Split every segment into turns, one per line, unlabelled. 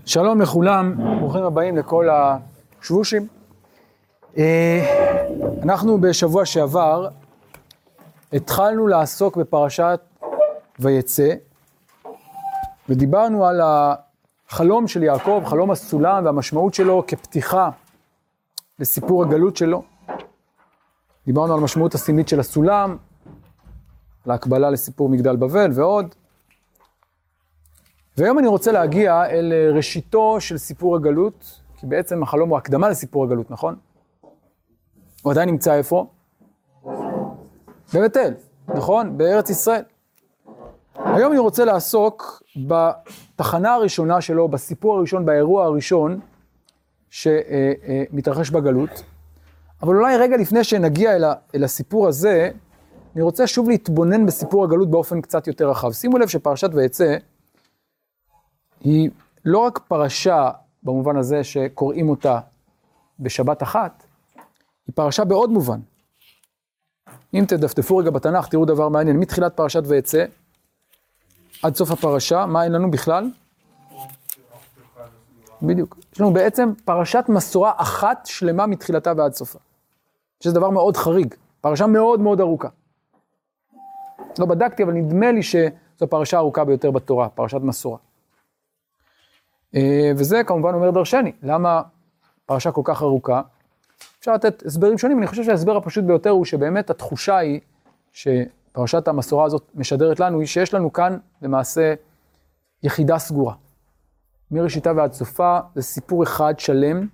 שלום לכולם, ברוכים הבאים לכל השבושים. אנחנו בשבוע שעבר התחלנו לעסוק בפרשת ויצא, ודיברנו על החלום של יעקב, חלום הסולם והמשמעות שלו כפתיחה לסיפור הגלות שלו. דיברנו על המשמעות הסמלית של הסולם, על ההקבלה לסיפור מגדל בבל ועוד. והיום אני רוצה להגיע אל ראשיתו של סיפור הגלות, כי בעצם החלום הוא הקדמה לסיפור הגלות, נכון? הוא עדיין נמצא איפה? בבית אל, נכון? בארץ ישראל. היום אני רוצה לעסוק בתחנה הראשונה שלו, בסיפור הראשון, באירוע הראשון שמתרחש בגלות. אבל אולי רגע לפני שנגיע אל הסיפור הזה, אני רוצה שוב להתבונן בסיפור הגלות באופן קצת יותר רחב. שימו לב שפרשת ויצא היא לא רק פרשה במובן הזה שקוראים אותה בשבת אחת, היא פרשה בעוד מובן. אם תדפדפו רגע בתנ"ך, תראו דבר מעניין, מתחילת פרשת ויצא עד סוף הפרשה, מה אין לנו בכלל? בדיוק. יש לנו בעצם פרשת מסורה אחת שלמה מתחילתה ועד סופה. שזה דבר מאוד חריג, פרשה מאוד מאוד ארוכה. לא בדקתי, אבל נדמה לי שזו הפרשה הארוכה ביותר בתורה, פרשת מסורה. וזה כמובן אומר דרשני, למה פרשה כל כך ארוכה? אפשר לתת הסברים שונים, אני חושב שההסבר הפשוט ביותר הוא שבאמת התחושה היא שפרשת המסורה הזאת משדרת לנו, היא שיש לנו כאן למעשה יחידה סגורה. מראשיתה ועד סופה זה סיפור אחד שלם,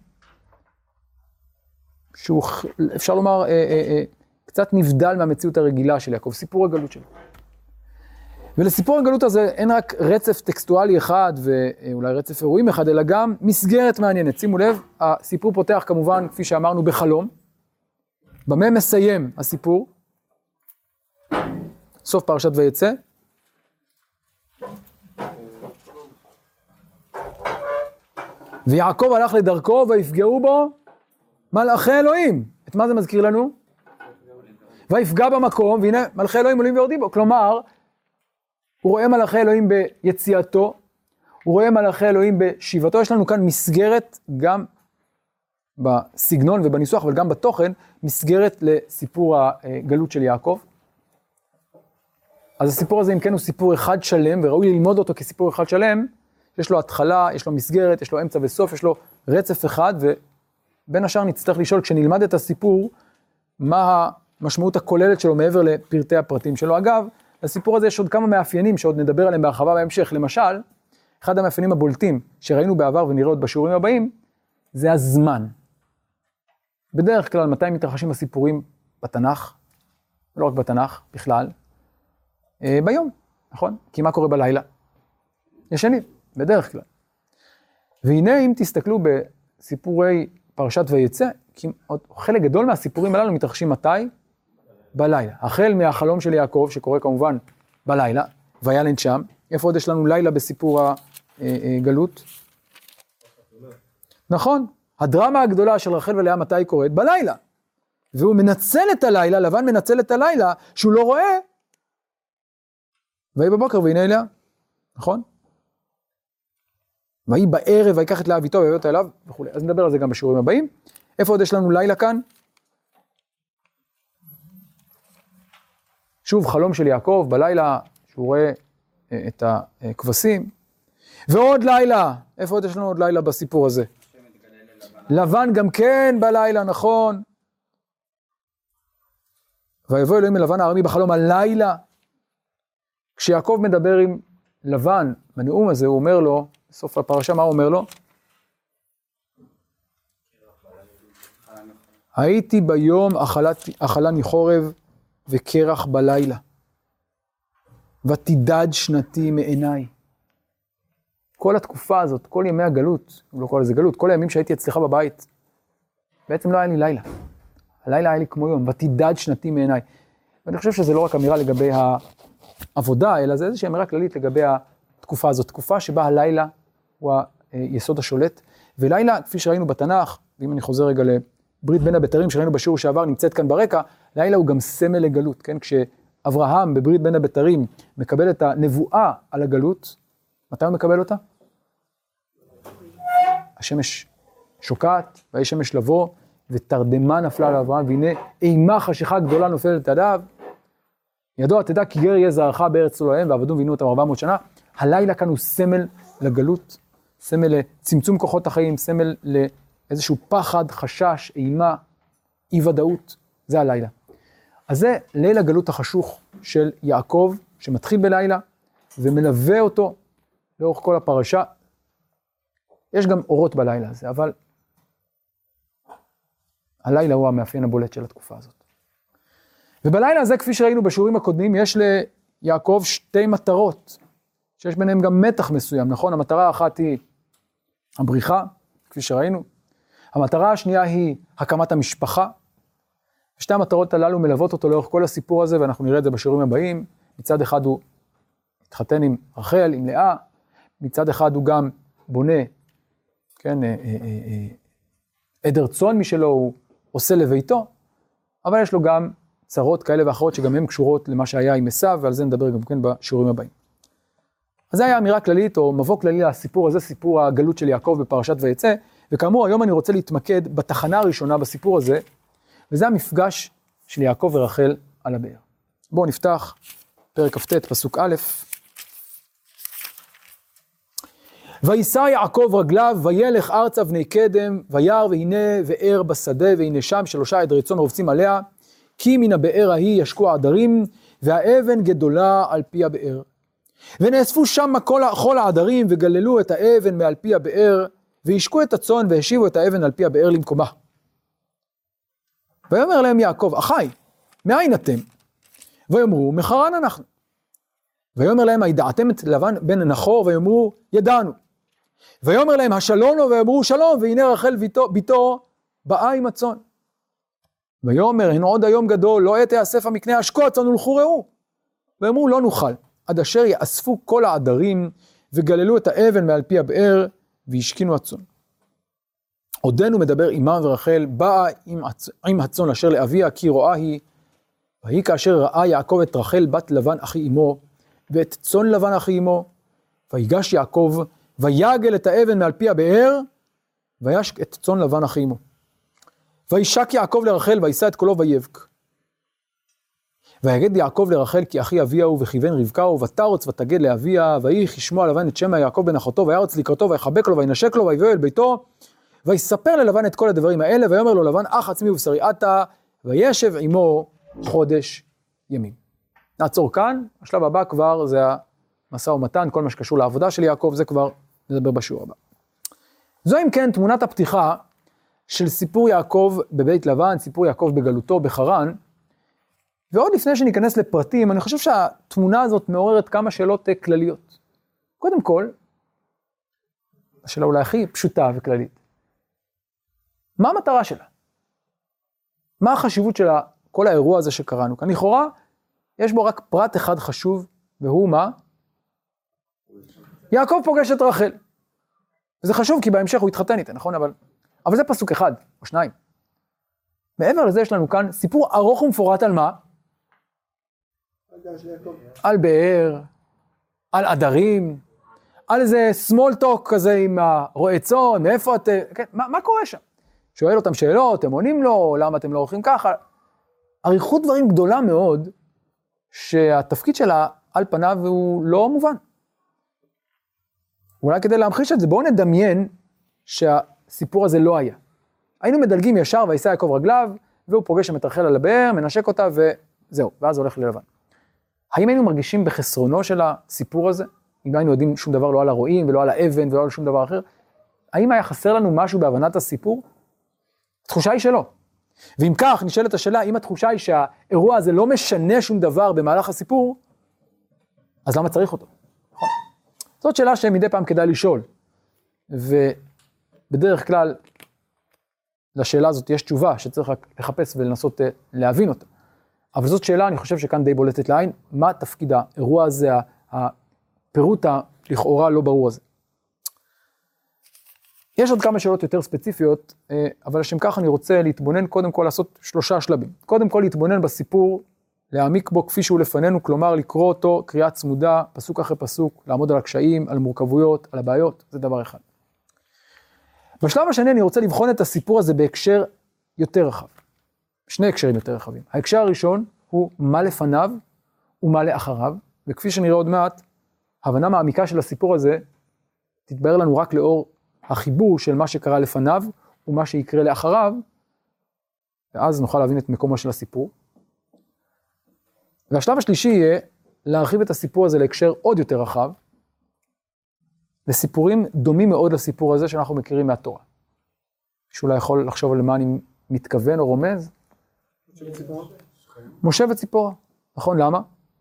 שהוא אפשר לומר קצת נבדל מהמציאות הרגילה של יעקב, סיפור הגלות שלו. ולסיפור הגלות הזה אין רק רצף טקסטואלי אחד ואולי רצף אירועים אחד, אלא גם מסגרת מעניינת. שימו לב, הסיפור פותח כמובן, כפי שאמרנו, בחלום. במה מסיים הסיפור? סוף פרשת ויצא. ויעקב הלך לדרכו ויפגעו בו מלאכי אלוהים. את מה זה מזכיר לנו? ויפגע במקום, והנה מלאכי אלוהים עולים ויורדים בו. כלומר, הוא רואה מלאכי אלוהים ביציאתו, הוא רואה מלאכי אלוהים בשיבתו. יש לנו כאן מסגרת גם בסגנון ובניסוח, אבל גם בתוכן, מסגרת לסיפור הגלות של יעקב. אז הסיפור הזה, אם כן, הוא סיפור אחד שלם, וראוי ללמוד אותו כסיפור אחד שלם. יש לו התחלה, יש לו מסגרת, יש לו אמצע וסוף, יש לו רצף אחד, ובין השאר נצטרך לשאול, כשנלמד את הסיפור, מה המשמעות הכוללת שלו מעבר לפרטי הפרטים שלו. אגב, לסיפור הזה יש עוד כמה מאפיינים שעוד נדבר עליהם בהרחבה בהמשך. למשל, אחד המאפיינים הבולטים שראינו בעבר ונראה עוד בשיעורים הבאים, זה הזמן. בדרך כלל, מתי מתרחשים הסיפורים בתנ"ך? לא רק בתנ"ך, בכלל. ביום, נכון? כי מה קורה בלילה? ישנים, בדרך כלל. והנה, אם תסתכלו בסיפורי פרשת ויצא, חלק גדול מהסיפורים הללו מתרחשים מתי? בלילה. החל מהחלום של יעקב, שקורה כמובן בלילה, וילן שם. איפה עוד יש לנו לילה בסיפור הגלות? נכון. הדרמה הגדולה של רחל ולאה מתי היא קורית? בלילה. והוא מנצל את הלילה, לבן מנצל את הלילה, שהוא לא רואה. ויהי בבוקר והנה אליה. נכון? ויהי בערב ויקח את לאה ביתו ויביא אותה אליו וכו'. אז נדבר על זה גם בשיעורים הבאים. איפה עוד יש לנו לילה כאן? שוב חלום של יעקב בלילה שהוא רואה את הכבשים. ועוד לילה. איפה עוד יש לנו עוד לילה בסיפור הזה? לבן גם כן בלילה, נכון. ויבוא אלוהים אל לבן הארמי בחלום הלילה. כשיעקב מדבר עם לבן בנאום הזה, הוא אומר לו, בסוף הפרשה מה הוא אומר לו? הייתי ביום אכלני חורב וקרח בלילה, ותידד שנתי מעיניי. כל התקופה הזאת, כל ימי הגלות, לא כל איזה גלות, כל הימים שהייתי אצלך בבית, בעצם לא היה לי לילה. הלילה היה לי כמו יום, ותידד שנתי מעיניי. ואני חושב שזה לא רק אמירה לגבי העבודה, אלא זה איזושהי אמירה כללית לגבי התקופה הזאת, תקופה שבה הלילה הוא היסוד השולט, ולילה, כפי שראינו בתנ"ך, ואם אני חוזר רגע ברית בין הבתרים שראינו בשיעור שעבר, נמצאת כאן ברקע, לילה הוא גם סמל לגלות, כן? כשאברהם בברית בין הבתרים מקבל את הנבואה על הגלות, מתי הוא מקבל אותה? השמש שוקעת, ויהי שמש לבוא, ותרדמה נפלה על אברהם, והנה אימה חשיכה גדולה נופלת עליו. ידוע תדע כי גר יהיה זרעך בארץ לא להם, ועבדו ועינו אותם 400 שנה. הלילה כאן הוא סמל לגלות, סמל לצמצום כוחות החיים, סמל לאיזשהו פחד, חשש, אימה, אי ודאות. זה הלילה. אז זה ליל הגלות החשוך של יעקב, שמתחיל בלילה, ומלווה אותו לאורך כל הפרשה. יש גם אורות בלילה הזה, אבל הלילה הוא המאפיין הבולט של התקופה הזאת. ובלילה הזה, כפי שראינו בשיעורים הקודמים, יש ליעקב שתי מטרות, שיש ביניהם גם מתח מסוים, נכון? המטרה האחת היא הבריחה, כפי שראינו. המטרה השנייה היא הקמת המשפחה. שתי המטרות הללו מלוות אותו לאורך כל הסיפור הזה, ואנחנו נראה את זה בשיעורים הבאים. מצד אחד הוא התחתן עם רחל, עם לאה, מצד אחד הוא גם בונה, כן, עדר צאן משלו, הוא עושה לביתו, אבל יש לו גם צרות כאלה ואחרות שגם הן קשורות למה שהיה עם עשיו, ועל זה נדבר גם כן בשיעורים הבאים. אז זה היה אמירה כללית או מבוא כללי לסיפור הזה, סיפור הגלות של יעקב בפרשת ויצא, וכאמור היום אני רוצה להתמקד בתחנה הראשונה בסיפור הזה, וזה המפגש של יעקב ורחל על הבאר. בואו נפתח פרק כ"ט פסוק א'. ויסע יעקב רגליו, וילך ארצה בני קדם, וירא והנה באר בשדה, והנה שם 3 עדרי צאן רובצים עליה, כי מן הבאר ההיא ישקו העדרים, והאבן גדולה על פי הבאר. ונאספו שם כל העדרים, וגללו את האבן מעל פי הבאר, וישקו את הצאן, והשיבו את האבן על פי הבאר למקומה. ויאמר להם יעקב, אחי, מאין אתם? ויאמרו, מחרן אנחנו. ויאמר להם, הידעתם את לבן בן נחור? ויאמרו, ידענו. ויאמר להם, השלום לו? ויאמרו, שלום, והנה רחל ביתו באה עם הצאן. ויאמר, הנה עוד היום גדול, לא עת יאסף המקנה, השקו הצאן ולכו ראו. ויאמרו, לא נוכל, עד אשר יאספו כל העדרים, וגללו את האבן מעל פי הבאר, וישקינו הצאן. עודנו מדבר עמם ורחל, באה עם הצאן אשר לאביה, כי רואה היא, והיא כאשר ראה יעקב את רחל בת לבן אחי אמו, ואת צאן לבן אחי אמו, ויגש יעקב, ויגל את האבן מעל פי הבאר, וישק את צאן לבן אחי אמו. וישק יעקב לרחל, וישא את קולו ויבק. ויגד יעקב לרחל, כי אחי אביה הוא, וכיוון רבקה הוא, ותרוץ ותגד לאביה, ויהי כשמוע לבן את שם יעקב בן אחותו, וירוץ לקראתו, ויחבק לו, וינשק לו, ויביאו אל ביתו, ויספר ללבן את כל הדברים האלה, ויאמר לו לבן, אח עצמי ובשרי אתה, וישב עמו חודש ימים. נעצור כאן, השלב הבא כבר זה המשא ומתן, כל מה שקשור לעבודה של יעקב, זה כבר נדבר בשיעור הבא. זו אם כן תמונת הפתיחה של סיפור יעקב בבית לבן, סיפור יעקב בגלותו בחרן, ועוד לפני שניכנס לפרטים, אני חושב שהתמונה הזאת מעוררת כמה שאלות כלליות. קודם כל, השאלה אולי הכי פשוטה וכללית. מה המטרה שלה? מה החשיבות של כל האירוע הזה שקראנו כאן? לכאורה, יש בו רק פרט אחד חשוב, והוא מה? יעקב פוגש את רחל. וזה חשוב כי בהמשך הוא התחתן איתה, נכון? אבל זה פסוק אחד או שניים. מעבר לזה יש לנו כאן סיפור ארוך ומפורט על מה? על באר, על עדרים, על איזה small talk כזה עם הרועה צאן, מאיפה אתם, כן? מה קורה שם? שואל אותם שאלות, הם עונים לו, למה אתם לא הולכים ככה? אריכות דברים גדולה מאוד, שהתפקיד שלה על פניו הוא לא מובן. אולי כדי להמחיש את זה, בואו נדמיין שהסיפור הזה לא היה. היינו מדלגים ישר, ויסע יעקב רגליו, והוא פוגש שם את רחל על הבאר, מנשק אותה וזהו, ואז הולך ללבן. האם היינו מרגישים בחסרונו של הסיפור הזה? אם לא היינו יודעים שום דבר לא על הרועים, ולא על האבן, ולא על שום דבר אחר? האם היה חסר לנו משהו בהבנת הסיפור? התחושה היא שלא. ואם כך, נשאלת השאלה, אם התחושה היא שהאירוע הזה לא משנה שום דבר במהלך הסיפור, אז למה צריך אותו? נכון? זאת שאלה שמדי פעם כדאי לשאול. ובדרך כלל, לשאלה הזאת יש תשובה שצריך רק לחפש ולנסות להבין אותה. אבל זאת שאלה, אני חושב שכאן די בולטת לעין, מה תפקיד האירוע הזה, הפירוט לכאורה לא ברור הזה. יש עוד כמה שאלות יותר ספציפיות, אבל לשם כך אני רוצה להתבונן, קודם כל לעשות 3 שלבים. קודם כל להתבונן בסיפור, להעמיק בו כפי שהוא לפנינו, כלומר לקרוא אותו קריאה צמודה, פסוק אחרי פסוק, לעמוד על הקשיים, על מורכבויות, על הבעיות, זה דבר אחד. בשלב השני אני רוצה לבחון את הסיפור הזה בהקשר יותר רחב. שני הקשרים יותר רחבים. ההקשר הראשון הוא מה לפניו ומה לאחריו, וכפי שנראה עוד מעט, ההבנה מעמיקה של הסיפור הזה תתבהר לנו רק לאור החיבור של מה שקרה לפניו ומה שיקרה לאחריו, ואז נוכל להבין את מקומו של הסיפור. והשלב השלישי יהיה להרחיב את הסיפור הזה להקשר עוד יותר רחב, לסיפורים דומים מאוד לסיפור הזה שאנחנו מכירים מהתורה. שאולי יכול לחשוב על מה אני מתכוון או רומז? משה וציפורה. נכון, למה?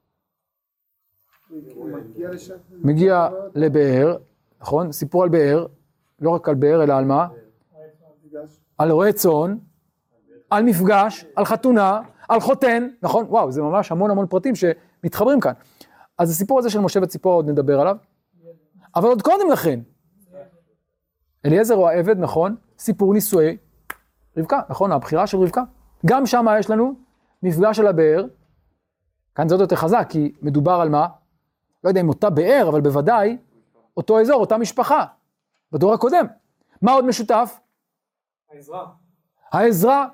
מגיע לבאר, נכון? סיפור על באר, לא רק על באר אלא על מה? על רועה צאן, על מפגש, על חתונה, על חותן, נכון? וואו, זה ממש המון פרטים שמתחברים כאן. אז הסיפור הזה של משה וציפורה עוד נדבר עליו. אבל עוד קודם לכן, אליעזר הוא העבד, נכון? סיפור נישואי רבקה, נכון? הבחירה של רבקה. גם שם יש לנו מפגש של הבאר, כאן זה עוד יותר חזק, כי מדובר על מה? לא יודע אם אותה באר, אבל בוודאי אותו אזור, אותה משפחה, בדור הקודם. מה עוד משותף? העזרה.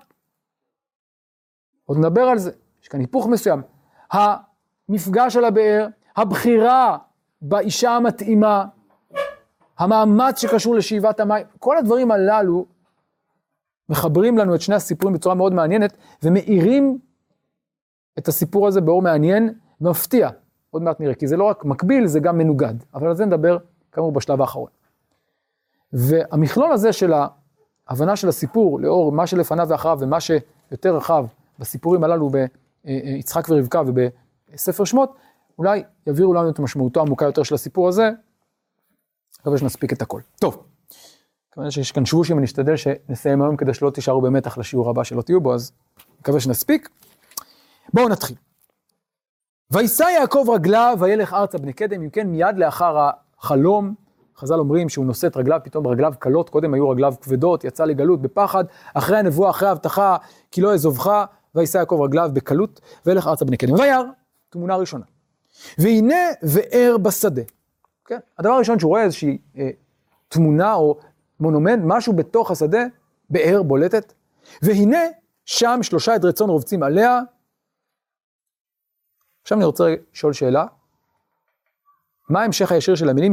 עוד נדבר על זה, יש כאן היפוך מסוים. המפגש של הבאר, הבחירה באישה המתאימה, המאמץ שקשור לשאיבת המים, כל הדברים הללו מחברים לנו את שני הסיפורים בצורה מאוד מעניינת, ומאירים את הסיפור הזה באור מעניין ומפתיע. עוד מעט נראה, כי זה לא רק מקביל, זה גם מנוגד. אבל על זה נדבר כאמור בשלב האחרון. והמכלול הזה של ההבנה של הסיפור, לאור מה שלפניו ואחריו, ומה שיותר רחב בסיפורים הללו ביצחק ורבקה ובספר שמות, אולי יביאו לנו את משמעותו העמוקה יותר של הסיפור הזה, מקווה שנספיק את הכל. טוב, כמובן שיש כאן שבושים, אני אשתדל שנסיים היום כדי שלא תישארו במתח לשיעור הבא שלא תהיו בו, אז מקווה שנספיק. בואו נתחיל. וישא יעקב רגליו וילך ארצה בני קדם, אם כן מיד לאחר החלום, חז"ל אומרים שהוא נושא את רגליו, פתאום רגליו קלות, קודם היו רגליו כבדות, יצא לגלות בפחד, אחרי הנבואה, אחרי ההבטחה, כי לא אעזובך, וישא יעקב רגליו בקלות, וילך ארצה בני קדם. וירא, תמונה ראשונה. והנה באר בשדה. כן? הדבר הראשון שהוא רואה איזושהי תמונה או מונומנט, משהו בתוך השדה, באר בולטת, והנה שם 3 עדרי צאן רובצים עליה. עכשיו אני רוצה לשאול שאלה, מה המשך הישיר של המילים,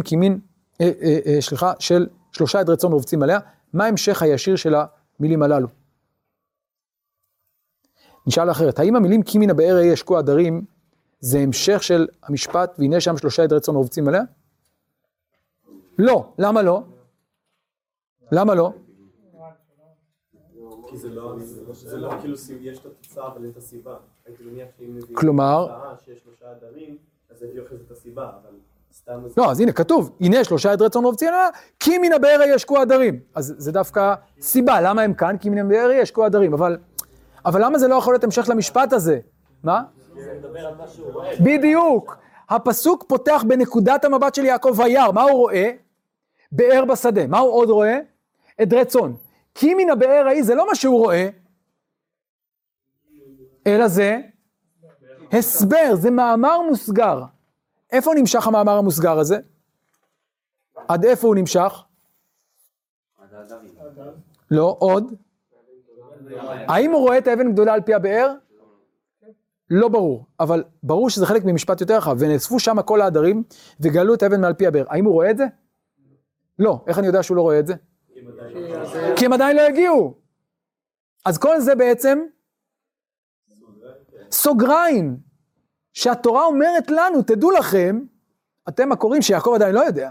של 3 עדרי צאן רובצים עליה, מה המשך הישיר של המילים הללו? נשאל אחרת, האם המילים כי מן הבאר ישקו עדרים, זה המשך של המשפט, והנה שם 3 עדרי צאן רובצים עליה? לא, למה לא? למה לא?
כי זה לא כאילו יש את התוצאה אבל את הסיבה. הייתי מניח שאם מביאים
כלומר,
שיש 3 עדרים, אז זה יוחז את הסיבה, אבל סתם...
לא, אז הנה כתוב, הנה 3 עדרי צאן רובצים עליה, כי מן הבאר ישקו עדרים. אז זה דווקא סיבה, למה הם כאן? כי מן הבאר ישקו עדרים, אבל למה זה לא יכול להיות המשך למשפט הזה? מה? בדיוק. הפסוק פותח בנקודת המבט של יעקב וירא, מה הוא רואה? באר בשדה. מה הוא עוד רואה? עדרי צאן. כי מן הבאר ההיא זה לא מה שהוא רואה, אלא זה הסבר, זה מאמר מוסגר. איפה נמשך המאמר המוסגר הזה? עד איפה הוא נמשך? לא, עוד. האם הוא רואה את האבן גדולה על פי הבאר? לא ברור, אבל ברור שזה חלק ממשפט יותר רחב, ונאספו שם כל העדרים וגלו את האבן מעל פי הבאר. האם הוא רואה את זה? לא. איך אני יודע שהוא לא רואה את זה? כי הם עדיין לא הגיעו. אז כל זה בעצם סוגריים, שהתורה אומרת לנו, תדעו לכם, אתם הקוראים שיעקב עדיין לא יודע,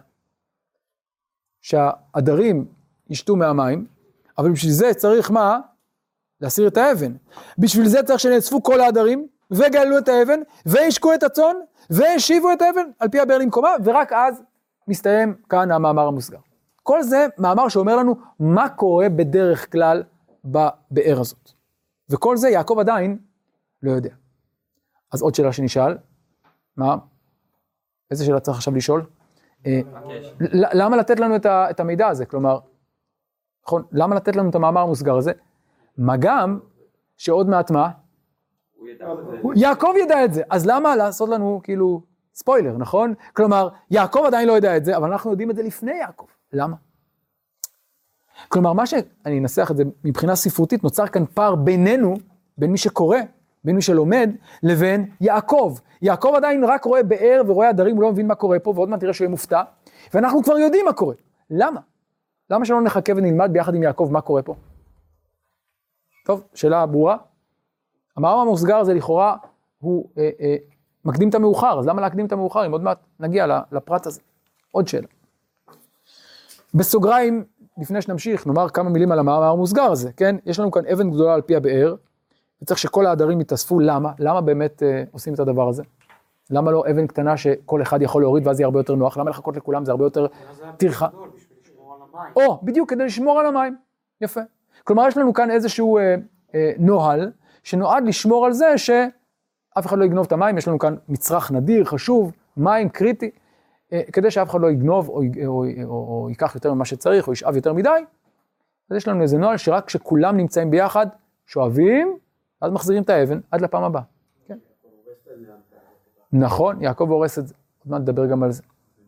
שהעדרים ישתו מהמים, אבל בשביל זה צריך מה? להסיר את האבן. בשביל זה צריך שנאספו כל העדרים, וגלו את האבן, וישקו את הצאן, והשיבו את האבן על פי הבאר למקומה, ורק אז מסתיים כאן המאמר המוסגר. כל זה מאמר שאומר לנו מה קורה בדרך כלל בבאר הזאת. וכל זה יעקב עדיין לא יודע. אז עוד שאלה שנשאל, מה? איזה שאלה צריך עכשיו לשאול? למה לתת לנו את המידע הזה? כלומר, נכון, למה לתת לנו את המאמר המוסגר הזה? מה גם שעוד מעט מה? יעקב ידע את זה, אז למה לעשות לנו כאילו ספוילר, נכון? כלומר, יעקב עדיין לא יודע את זה, אבל אנחנו יודעים את זה לפני יעקב. למה? כלומר, מה שאני אנסח את זה מבחינה ספרותית, נוצר כאן פער בינינו, בין מי שקורא, בין מי שלומד, לבין יעקב. יעקב עדיין רק רואה באר ורואה עדרים, הוא לא מבין מה קורה פה, ועוד מעט תראה שהוא יהיה מופתע, ואנחנו כבר יודעים מה קורה. למה? למה שלא נחכה ונלמד ביחד עם יעקב מה קורה פה? טוב, שאלה ברורה. המאמר המוסגר הזה לכאורה הוא מקדים את המאוחר, אז למה להקדים את המאוחר? אם עוד מעט נגיע לפרט הזה. עוד שאלה. בסוגריים, לפני שנמשיך, נאמר כמה מילים על המאמר המוסגר הזה, כן? יש לנו כאן אבן גדולה על פי הבאר, וצריך שכל העדרים יתאספו, למה? למה באמת עושים את הדבר הזה? למה לא אבן קטנה שכל אחד יכול להוריד ואז יהיה הרבה יותר נוח? למה לחכות לכולם? זה הרבה יותר טרחה. או, בדיוק, כדי לשמור על המים. יפה. כלומר, יש לנו כאן איזשהו נוהל, שנועד לשמור על זה שאף אחד לא יגנוב את המים, יש לנו כאן מצרך נדיר, חשוב, מים קריטי, כדי שאף אחד לא יגנוב או ייקח יותר ממה שצריך, או ישאב יותר מדי. אז יש לנו איזה נוהל שרק כשכולם נמצאים ביחד, שואבים, אז מחזירים את האבן עד לפעם הבאה. כן? נכון, יעקב הורס את זה. עוד מעט נדבר גם על זה.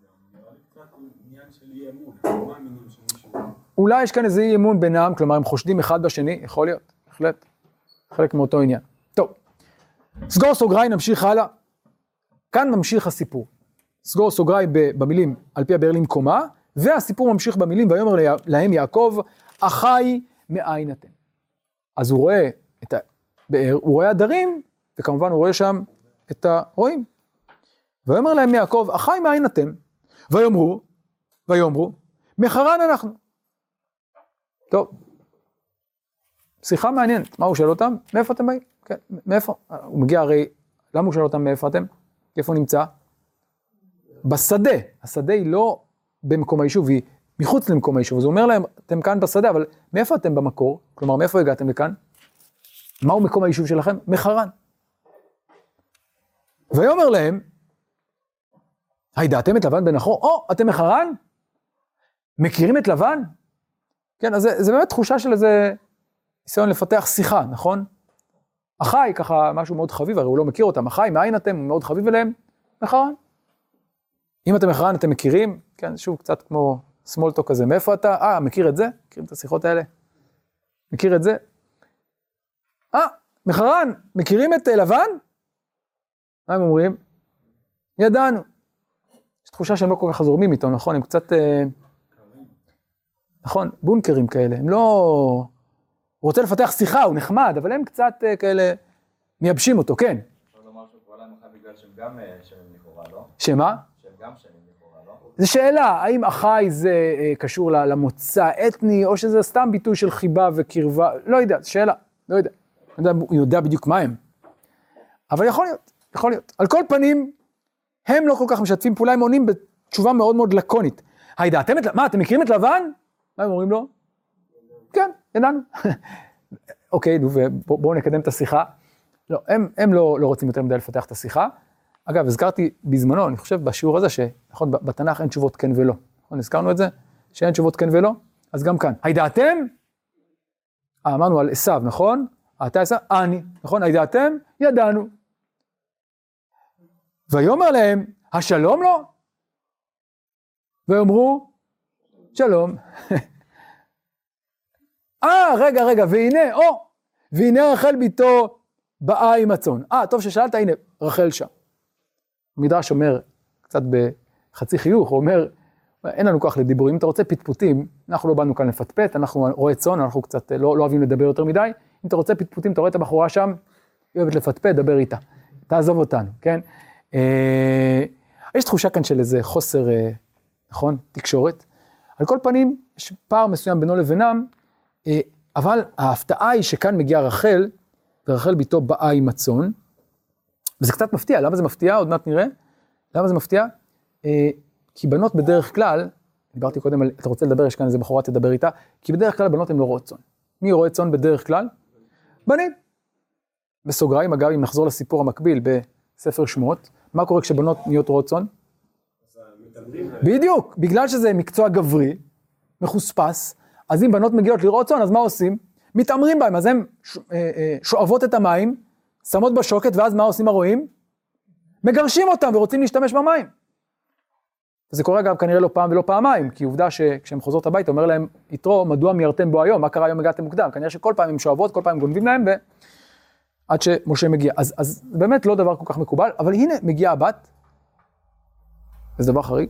אולי יש כאן איזה אי אמון בינם, כלומר הם חושדים אחד בשני, יכול להיות, בהחלט, חלק מאותו עניין. טוב, סגור סוגריים, נמשיך הלאה. כאן ממשיך הסיפור. סגור סוגריים במילים על פי הבאר למקומה, והסיפור ממשיך במילים, ויאמר להם יעקב, אחי מאין אתם. אז הוא רואה את הבאר, הוא רואה עדרים, וכמובן הוא רואה שם את הרועים. ויאמר להם יעקב, אחי מאין אתם? ויאמרו, מחרן אנחנו. טוב, שיחה מעניינת, מה הוא שואל אותם? מאיפה אתם באים? כן, מאיפה? הוא מגיע הרי, למה הוא שואל אותם מאיפה אתם? איפה הוא נמצא? בשדה. השדה היא לא במקום היישוב, היא מחוץ למקום היישוב. אז הוא אומר להם, אתם כאן בשדה, אבל מאיפה אתם במקור? כלומר, מאיפה הגעתם לכאן? מהו מקום היישוב שלכם? מחרן. ויאמר להם, הידעתם את לבן בן נחור? או, אתם מחרן? מכירים את לבן? כן, אז זה באמת תחושה של איזה ניסיון לפתח שיחה, נכון? אחי, ככה משהו מאוד חביב, הרי הוא לא מכיר אותם. אחי, מאין אתם? מאוד חביב אליהם? מחרן. אם אתם מחרן, אתם מכירים? כן, שוב, קצת כמו סמולטוק כזה. מאיפה אתה? מכיר את זה? מכירים את השיחות האלה? מכיר את זה? מחרן, מכירים את לבן? מה הם אומרים? ידענו. יש תחושה שהם לא כל כך זורמים איתו, נכון? הם קצת... נכון, בונקרים כאלה, הם לא... הוא רוצה לפתח שיחה, הוא נחמד, אבל הם קצת כאלה מייבשים אותו, כן.
אפשר לומר שהוא קורא להם אחי בגלל שהם גם שמים לכאורה, לא?
שמה?
שהם גם שמים לכאורה, לא?
זו שאלה, האם אחי זה קשור למוצא אתני, או שזה סתם ביטוי של חיבה וקרבה, לא יודע, זו שאלה, לא יודע. הוא יודע בדיוק מה הם. אבל יכול להיות. על כל פנים, הם לא כל כך משתפים פעולה, הם עונים בתשובה מאוד מאוד לקונית. הידעתם מה, אתם מכירים את לבן? מה הם אומרים לו? כן, ידענו. אוקיי, בואו נקדם את השיחה. לא, הם לא רוצים יותר מדי לפתח את השיחה. אגב, הזכרתי בזמנו, אני חושב בשיעור הזה, שנכון, בתנ"ך אין תשובות כן ולא. נכון, הזכרנו את זה? שאין תשובות כן ולא? אז גם כאן. הידעתם? אמרנו על עשיו, נכון? אתה עשיו? אני. נכון, הידעתם? ידענו. ויאמר להם, השלום לו? ואומרו, שלום. רגע, והנה רחל ביתו באה עם הצאן. טוב ששאלת, הנה, רחל שם. המדרש אומר, קצת בחצי חיוך, הוא אומר, אין לנו כוח לדיבורים, אם אתה רוצה פטפוטים, אנחנו לא באנו כאן לפטפט, אנחנו רואה צאן, אנחנו קצת לא אוהבים לדבר יותר מדי, אם אתה רוצה פטפוטים, אתה רואה את הבחורה שם, היא אוהבת לפטפט, דבר איתה, תעזוב אותנו, כן? יש תחושה כאן של איזה חוסר, נכון, תקשורת. על כל פנים, יש פער מסוים בינו לבינם, אבל ההפתעה היא שכאן מגיעה רחל, ורחל ביתו באה עם הצאן, וזה קצת מפתיע. למה זה מפתיע? עוד מעט נראה. למה זה מפתיע? כי בנות בדרך כלל, דיברתי קודם על, אתה רוצה לדבר, יש כאן איזה בחורה תדבר איתה, כי בדרך כלל בנות הן לא רואות צאן. מי רואה צאן בדרך כלל? בנים. בסוגריים, אגב, אם נחזור לסיפור המקביל בספר שמות, מה קורה כשבנות נהיות רואות צאן? בדיוק, בגלל שזה מקצוע גברי, מחוספס, אז אם בנות מגיעות לראות צאן, אז מה עושים? מתאמרים בהם, אז הן שואבות את המים, שמות בשוקת, ואז מה עושים הרועים? מגרשים אותם ורוצים להשתמש במים. וזה קורה גם כנראה לא פעם ולא פעמיים, כי עובדה שכשהם חוזרות הביתה, אומר להם, יתרו, מדוע מיירתם בו היום? מה קרה היום הגעתם מוקדם? כנראה שכל פעם הם שואבות, כל פעם הם גונבים להם, עד שמשה מגיע. אז באמת לא דבר כל כך מקובל, אבל הנה מגיעה הבת, וזה דבר חריג,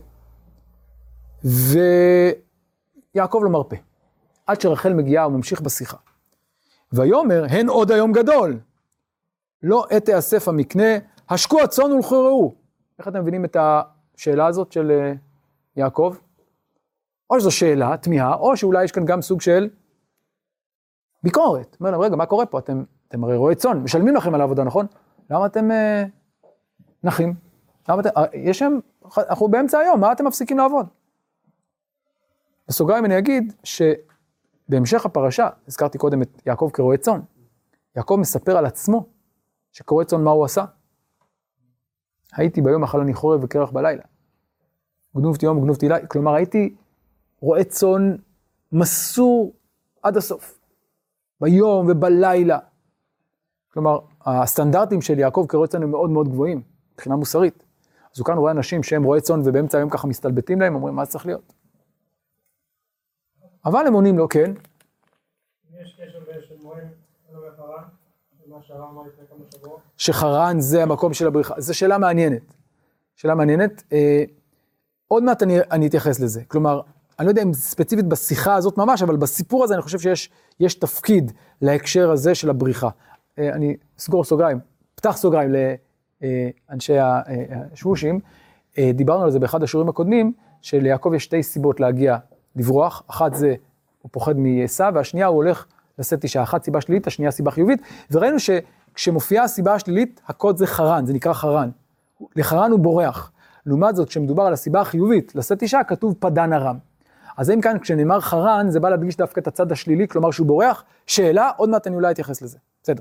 ויעקב לא מרפא. עד שרחל מגיעה, הוא ממשיך בשיחה. ויאמר, הן עוד היום גדול, לא עת תאסף המקנה, השקו הצאן ולכו. איך אתם מבינים את השאלה הזאת של יעקב? או שזו שאלה, תמיהה, או שאולי יש כאן גם סוג של ביקורת. אומר להם, רגע, מה קורה פה? אתם הרי רועי צאן, משלמים לכם על העבודה, נכון? למה אתם נחים? יש שם, אנחנו באמצע היום, מה אתם מפסיקים לעבוד? בסוגריים אני אגיד שבהמשך הפרשה, הזכרתי קודם את יעקב כרועי צאן, יעקב מספר על עצמו, שקורא צאן מה הוא עשה. הייתי ביום אכל אני חורב וקרח בלילה. גנובתי יום וגנובתי לילה. כלומר, הייתי רואה צאן מסור עד הסוף. ביום ובלילה. כלומר, הסטנדרטים של יעקב כרועי צאן הם מאוד מאוד גבוהים, מבחינה מוסרית. אז הוא כאן רואה אנשים שהם רועי צאן ובאמצע היום ככה מסתלבטים להם, אומרים, מה זה צריך להיות? אבל הם עונים לו, כן.
יש קשר בין של מוהן וחרן, ומה שהרב אמר לפני כמה שבוע.
שחרן זה המקום של הבריחה. זו שאלה מעניינת. שאלה מעניינת. עוד מעט אני אתייחס לזה. כלומר, אני לא יודע אם ספציפית בשיחה הזאת ממש, אבל בסיפור הזה אני חושב שיש תפקיד להקשר הזה של הבריחה. אני סגור סוגריים, פתח סוגריים לאנשי השבושים. דיברנו על זה באחד השיעורים הקודמים, שליעקב יש שתי סיבות להגיע לברוח. אחת זה, הוא פוחד מעשיו, והשנייה הוא הולך לשאת אישה. אחת סיבה שלילית, השנייה סיבה חיובית. וראינו שכשמופיעה הסיבה השלילית, הקוד זה חרן, זה נקרא חרן. לחרן הוא בורח. לעומת זאת, כשמדובר על הסיבה החיובית, לשאת אישה, כתוב פדן ארם. אז אם כאן, כשנאמר חרן, זה בא להדגיש דווקא את הצד השלילי, כלומר שהוא בורח. שאלה, עוד מעט אני אולי אתייחס לזה. בסדר.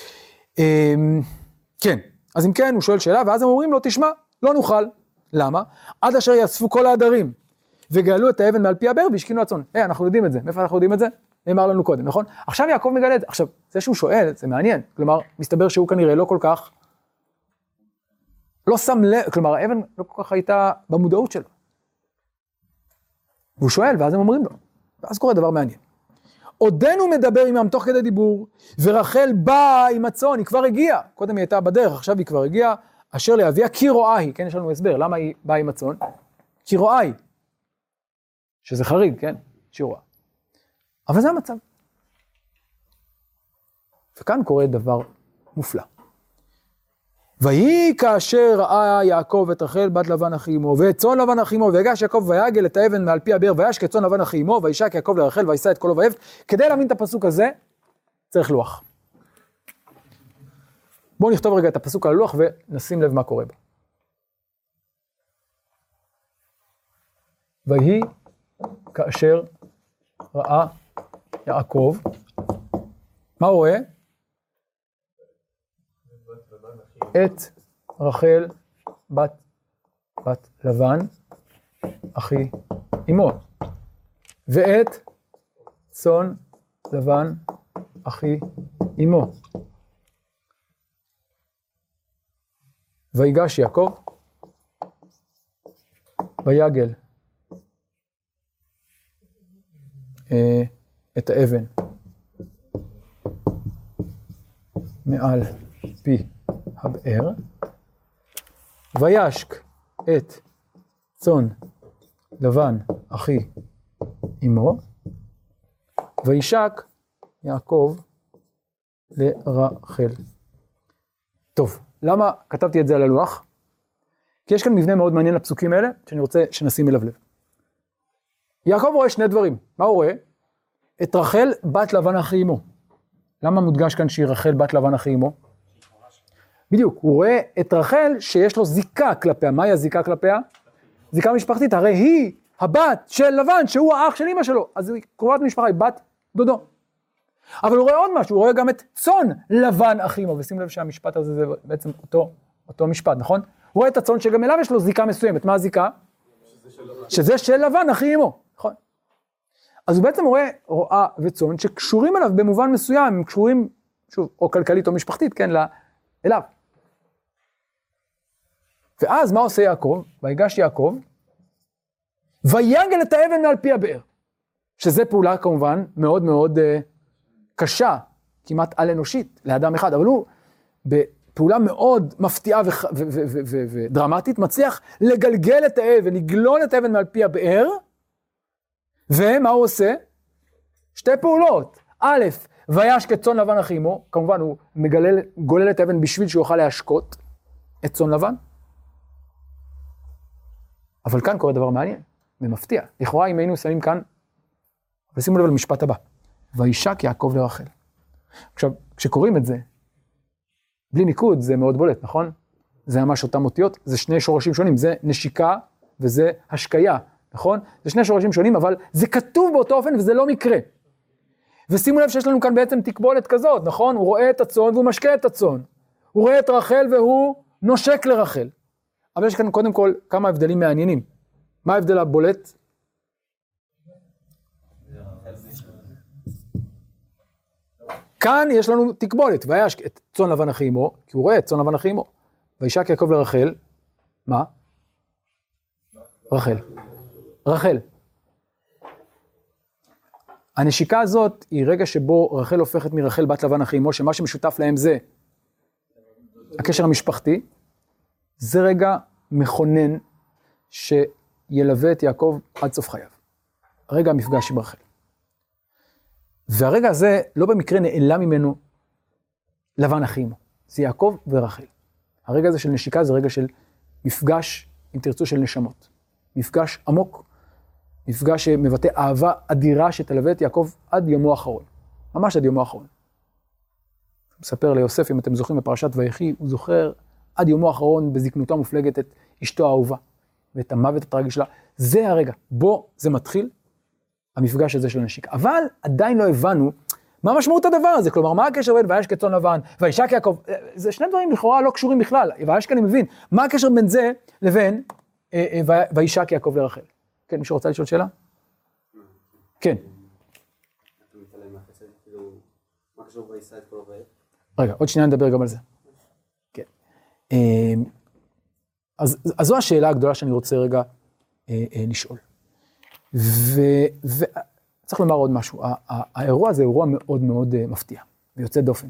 כן. אז אם כן, הוא שואל שאלה, ואז הם אומרים לו, תשמע, לא נוכל. למה? עד אשר יאספו כל העדרים, וגאלו את האבן מעל פי הבאר, והשכינו הצאן. אנחנו יודעים את זה. מאיפה אנחנו יודעים את זה? נאמר לנו קודם, נכון? עכשיו יעקב מגלה את זה. עכשיו, זה שהוא שואל, זה מעניין. כלומר, מסתבר שהוא כנראה לא כל כך, לא שם לב, כלומר, האבן לא כל כך הייתה במודעות שלו. והוא שואל, ואז הם אומרים לו. ואז קורה דבר מעניין. עודנו מדבר עמם תוך כדי דיבור, ורחל באה עם הצאן, היא כבר הגיעה. קודם היא הייתה בדרך, עכשיו היא כבר הגיעה, אשר לאביה כי רואה היא. כן, יש לנו הסבר, למה היא באה עם הצאן? כי רואה היא. שזה חריג, כן? שהיא רואה. אבל זה המצב. וכאן קורה דבר מופלא. ויהי כאשר ראה יעקב את רחל בת לבן אחי אמו, ואת צאן לבן אחי אמו, ויגש יעקב ויעגל את האבן מעל פי הבאר, וישק את צאן לבן אחי אמו, וישק יעקב לרחל, וישא את קולו ויבט. כדי להבין את הפסוק הזה, צריך לוח. בואו נכתוב רגע את הפסוק על הלוח, ונשים לב מה קורה בה. ויהי כאשר ראה יעקב, מה הוא רואה? את רחל בת לבן אחי אמו, ואת צאן לבן אחי אמו. ויגש יעקב ויעגל את האבן מעל פי הבאר, וישק את צאן לבן אחי אמו, וישק יעקב לרחל. טוב, למה כתבתי את זה על הלוח? כי יש כאן מבנה מאוד מעניין לפסוקים האלה, שאני רוצה שנשים אליו לב. יעקב רואה שני דברים. מה הוא רואה? את רחל בת לבן אחי אמו. למה מודגש כאן שהיא רחל בת לבן אחי אמו? בדיוק, הוא רואה את רחל שיש לו זיקה כלפיה. מהי הזיקה כלפיה? זיקה משפחתית, הרי היא הבת של לבן, שהוא האח של אמא שלו. אז היא קרובת משפחה, היא בת דודו. אבל הוא רואה עוד משהו, הוא רואה גם את צאן לבן אחי אמו, ושים לב שהמשפט הזה זה בעצם אותו משפט, נכון? הוא רואה את הצאן שגם אליו יש לו זיקה מסוימת. מה הזיקה? שזה של לבן אחי אמו, נכון? אז הוא בעצם רואה וצאן שקשורים אליו במובן מסוים, הם קשורים, שוב, או כלכלית או משפחתית, כן, אליו. ואז מה עושה יעקב? ויגש יעקב, ויגל את האבן מעל פי הבאר. שזה פעולה כמובן מאוד מאוד קשה, כמעט על אנושית, לאדם אחד, אבל הוא בפעולה מאוד מפתיעה ודרמטית, מצליח לגלגל את האבן, לגלול את האבן מעל פי הבאר, ומה הוא עושה? שתי פעולות. א', וישק צאן לבן אחי עמו, כמובן הוא גולל את האבן בשביל שהוא יוכל להשקות את צאן לבן. אבל כאן קורה דבר מעניין, ומפתיע. לכאורה אם היינו שמים כאן, ושימו לב למשפט הבא, וישק יעקב לרחל. עכשיו, כשקוראים את זה, בלי ניקוד זה מאוד בולט, נכון? זה ממש אותם אותיות, זה שני שורשים שונים, זה נשיקה וזה השקיה, נכון? זה שני שורשים שונים, אבל זה כתוב באותו אופן וזה לא מקרה. ושימו לב שיש לנו כאן בעצם תקבולת כזאת, נכון? הוא רואה את הצאן והוא משקה את הצאן. הוא רואה את רחל והוא נושק לרחל. אבל יש כאן קודם כל כמה הבדלים מעניינים. מה ההבדל הבולט? כאן יש לנו תקבולת, וישק את צאן לבן אחי עמו, כי הוא רואה את צאן לבן אחי עמו. וישק יעקב לרחל, מה? רחל. הנשיקה הזאת היא רגע שבו רחל הופכת מרחל בת לבן אחי עמו, שמה שמשותף להם זה הקשר המשפחתי, זה רגע מכונן שילווה את יעקב עד סוף חייו. הרגע המפגש עם רחל. והרגע הזה לא במקרה נעלם ממנו לבן אחי עמו, זה יעקב ורחל. הרגע הזה של נשיקה זה רגע של מפגש, אם תרצו, של נשמות. מפגש עמוק, מפגש שמבטא אהבה אדירה שתלווה את יעקב עד יומו האחרון. ממש עד יומו האחרון. הוא מספר ליוסף, אם אתם זוכרים בפרשת ויחי, הוא זוכר עד יומו האחרון בזקנותו המופלגת את אשתו האהובה, ואת המוות הטרגי שלה. זה הרגע, בו זה מתחיל, המפגש הזה של הנשיקה. אבל עדיין לא הבנו מה משמעות הדבר הזה, כלומר, מה הקשר בין וישק צאן לבן, וישק יעקב, זה שני דברים לכאורה לא קשורים בכלל, וישק אני מבין, מה הקשר בין זה לבין וישק יעקב לרחל? כן, מישהו רוצה לשאול שאלה? כן.
אתה מתעלם מהחסד, כאילו, מה קשור ויישא את כל עובד?
רגע, עוד שנייה נדבר גם על זה. כן. אז זו השאלה הגדולה שאני רוצה רגע לשאול. וצריך לומר עוד משהו, האירוע הזה הוא אירוע מאוד מאוד מפתיע, ויוצא דופן.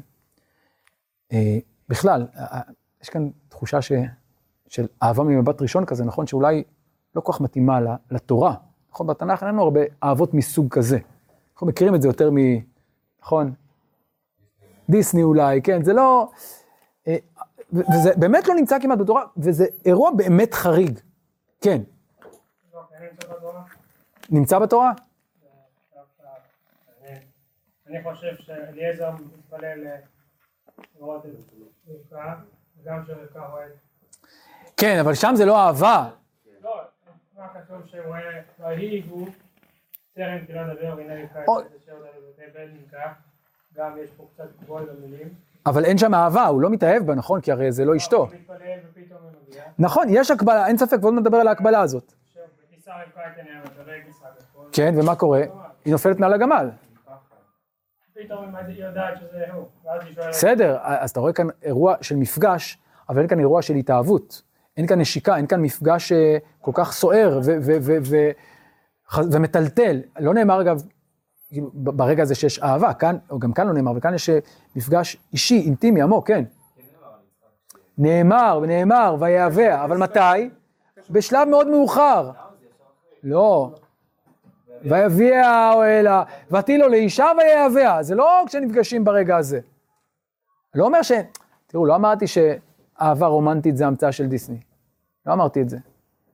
בכלל, יש כאן תחושה של אהבה ממבט ראשון כזה, נכון? שאולי לא כל כך מתאימה לתורה. נכון? בתנ"ך אין לנו הרבה אהבות מסוג כזה. אנחנו מכירים את זה יותר נכון? דיסני אולי, כן? זה לא... וזה באמת לא נמצא כמעט בתורה, וזה אירוע באמת חריג. כן. נמצא בתורה?
אני חושב שאליעזר מתפלל לראות את רבקה, וגם שרבקה רואה...
כן, אבל שם זה לא אהבה.
לא, מה כתוב שהוא ויהי הוא טרם כי לא נדבר והנה רבקה אשר לבתי בן נמכח, גם יש פה קצת גבול במילים.
אבל אין שם אהבה, הוא לא מתאהב בה, נכון? כי הרי זה לא אשתו.
הוא מתפלל ופתאום הוא מגיע.
נכון, יש הקבלה, אין ספק, ועוד נדבר על ההקבלה הזאת.
בכניסה רבקה כנראה, מדבר כניסה גבול.
כן, ומה קורה? היא נופלת מעל הגמל.
פתאום היא יודעת שזה הוא.
בסדר, אז אתה רואה כאן אירוע של מפגש, אבל אין כאן אירוע של התאהבות. אין כאן נשיקה, אין כאן מפגש כל כך סוער ומטלטל. לא נאמר אגב, ברגע הזה שיש אהבה, כאן, או גם כאן לא נאמר, וכאן יש מפגש אישי, אינטימי, עמוק, כן. נאמר, ויהווה, אבל מתי? בשלב מאוד מאוחר. לא. ויביאה אוהלה, ותהי לו לאישה ויהווה. זה לא כשנפגשים ברגע הזה. לא אומר תראו, לא אמרתי שאהבה רומנטית זה המצאה של דיסני. לא אמרתי את זה.